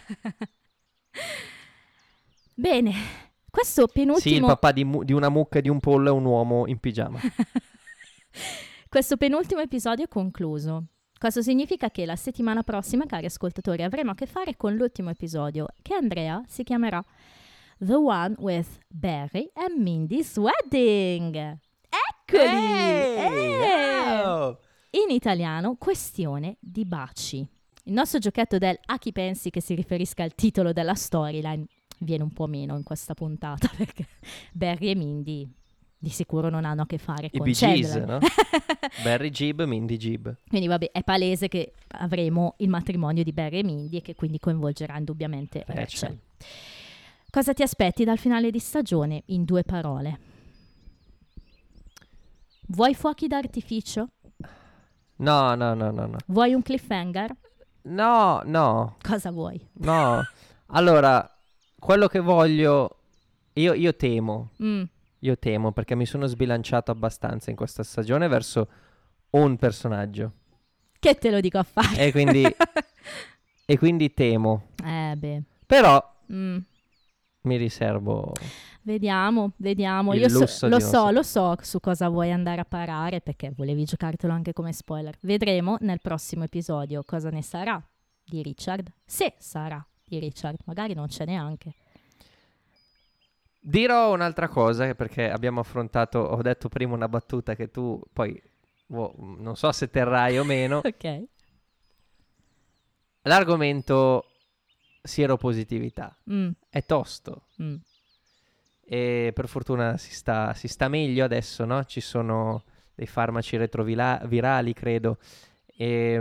Bene, questo penultimo... Sì, il papà di una mucca e di un pollo è un uomo in pigiama. Questo penultimo episodio è concluso. Questo significa che la settimana prossima, cari ascoltatori, avremo a che fare con l'ultimo episodio, che Andrea si chiamerà The One with Barry and Mindy's Wedding. Eccoli! Wow! In italiano, questione di baci. Il nostro giochetto del a chi pensi che si riferisca al titolo della storyline viene un po' meno in questa puntata, perché Barry e Mindy di sicuro non hanno a che fare I con Bee Gees, Chandler. no? Barry Gibb, Mindy Gibb. Quindi vabbè, è palese che avremo il matrimonio di Barry e Mindy e che quindi coinvolgerà indubbiamente Rachel. Rachel. Cosa ti aspetti dal finale di stagione? In 2 parole. Vuoi fuochi d'artificio? No. Vuoi un cliffhanger? No. Cosa vuoi? No. Allora, quello che voglio... Io temo. Io temo perché mi sono sbilanciato abbastanza in questa stagione verso un personaggio. Che te lo dico a fare? E quindi temo. Beh. Però Mm. mi riservo... Vediamo. Il Io lusso di non lo so su cosa vuoi andare a parare, perché volevi giocartelo anche come spoiler. Vedremo nel prossimo episodio cosa ne sarà di Richard. Se sarà di Richard, magari non ce n'è neanche. Dirò un'altra cosa, perché abbiamo affrontato, ho detto prima una battuta che tu poi non so se terrai o meno. Ok. L'argomento sieropositività Mm. è tosto e per fortuna si sta meglio adesso, no? Ci sono dei farmaci retrovirali, credo. E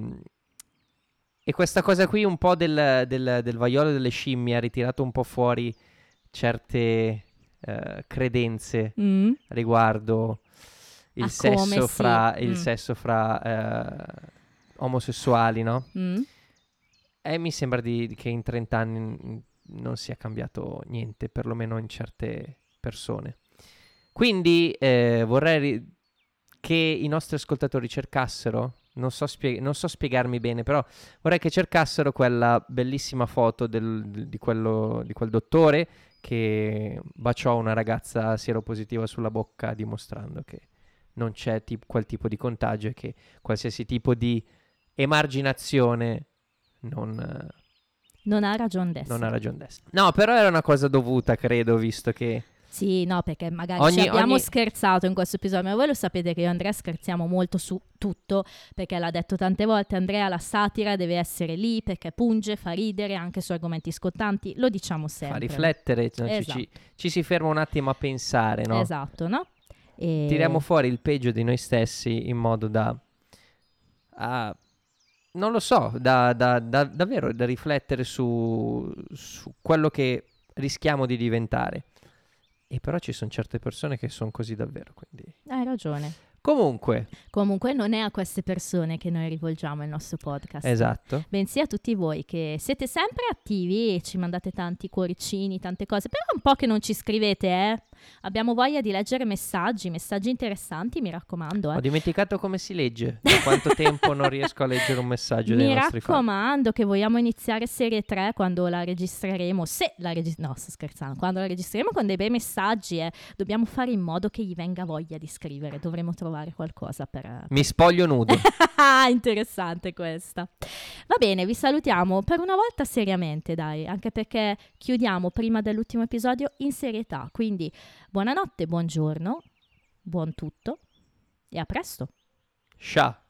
questa cosa qui un po' del vaiolo delle scimmie ha ritirato un po' fuori certe credenze riguardo il a come sesso si- fra, il mm. sesso fra omosessuali, no? Mm? E mi sembra che in 30 anni non sia cambiato niente, perlomeno in certe persone. Quindi vorrei che i nostri ascoltatori cercassero, non so spiegarmi bene, però vorrei che cercassero quella bellissima foto di quel dottore che baciò una ragazza sieropositiva sulla bocca, dimostrando che non c'è quel tipo di contagio e che qualsiasi tipo di emarginazione Non ha ragione d'essere. non ha ragione d'essere. No, però era una cosa dovuta, credo, visto che Sì, no, perché magari ci abbiamo ogni- scherzato in questo episodio, ma voi lo sapete che io e Andrea scherziamo molto su tutto, perché l'ha detto tante volte Andrea, la satira deve essere lì perché punge, fa ridere anche su argomenti scottanti, lo diciamo fa sempre. riflettere, no? Esatto. Ci si ferma un attimo a pensare, no? Esatto, no? E... Tiriamo fuori il peggio di noi stessi in modo da non lo so, davvero da riflettere su quello che rischiamo di diventare. E però ci sono certe persone che sono così davvero, quindi... Hai ragione. Comunque, Non è a queste persone che noi rivolgiamo il nostro podcast. esatto. Bensì a tutti voi che siete sempre attivi e ci mandate tanti cuoricini, tante cose. Però è un po' che non ci scrivete, eh? Abbiamo voglia di leggere messaggi interessanti, mi raccomando. Ho dimenticato come si legge. Da quanto tempo non riesco a leggere un messaggio dei Mi nostri fan. raccomando che vogliamo iniziare serie 3 quando la registreremo. No, sto scherzando. Quando la registreremo con dei bei messaggi, dobbiamo fare in modo che gli venga voglia di scrivere. Dovremo trovare qualcosa per... Mi spoglio nudo. Interessante questa. Va bene, vi salutiamo per una volta seriamente, dai, anche perché chiudiamo prima dell'ultimo episodio in serietà. Quindi buonanotte, buongiorno, buon tutto e a presto. Scià.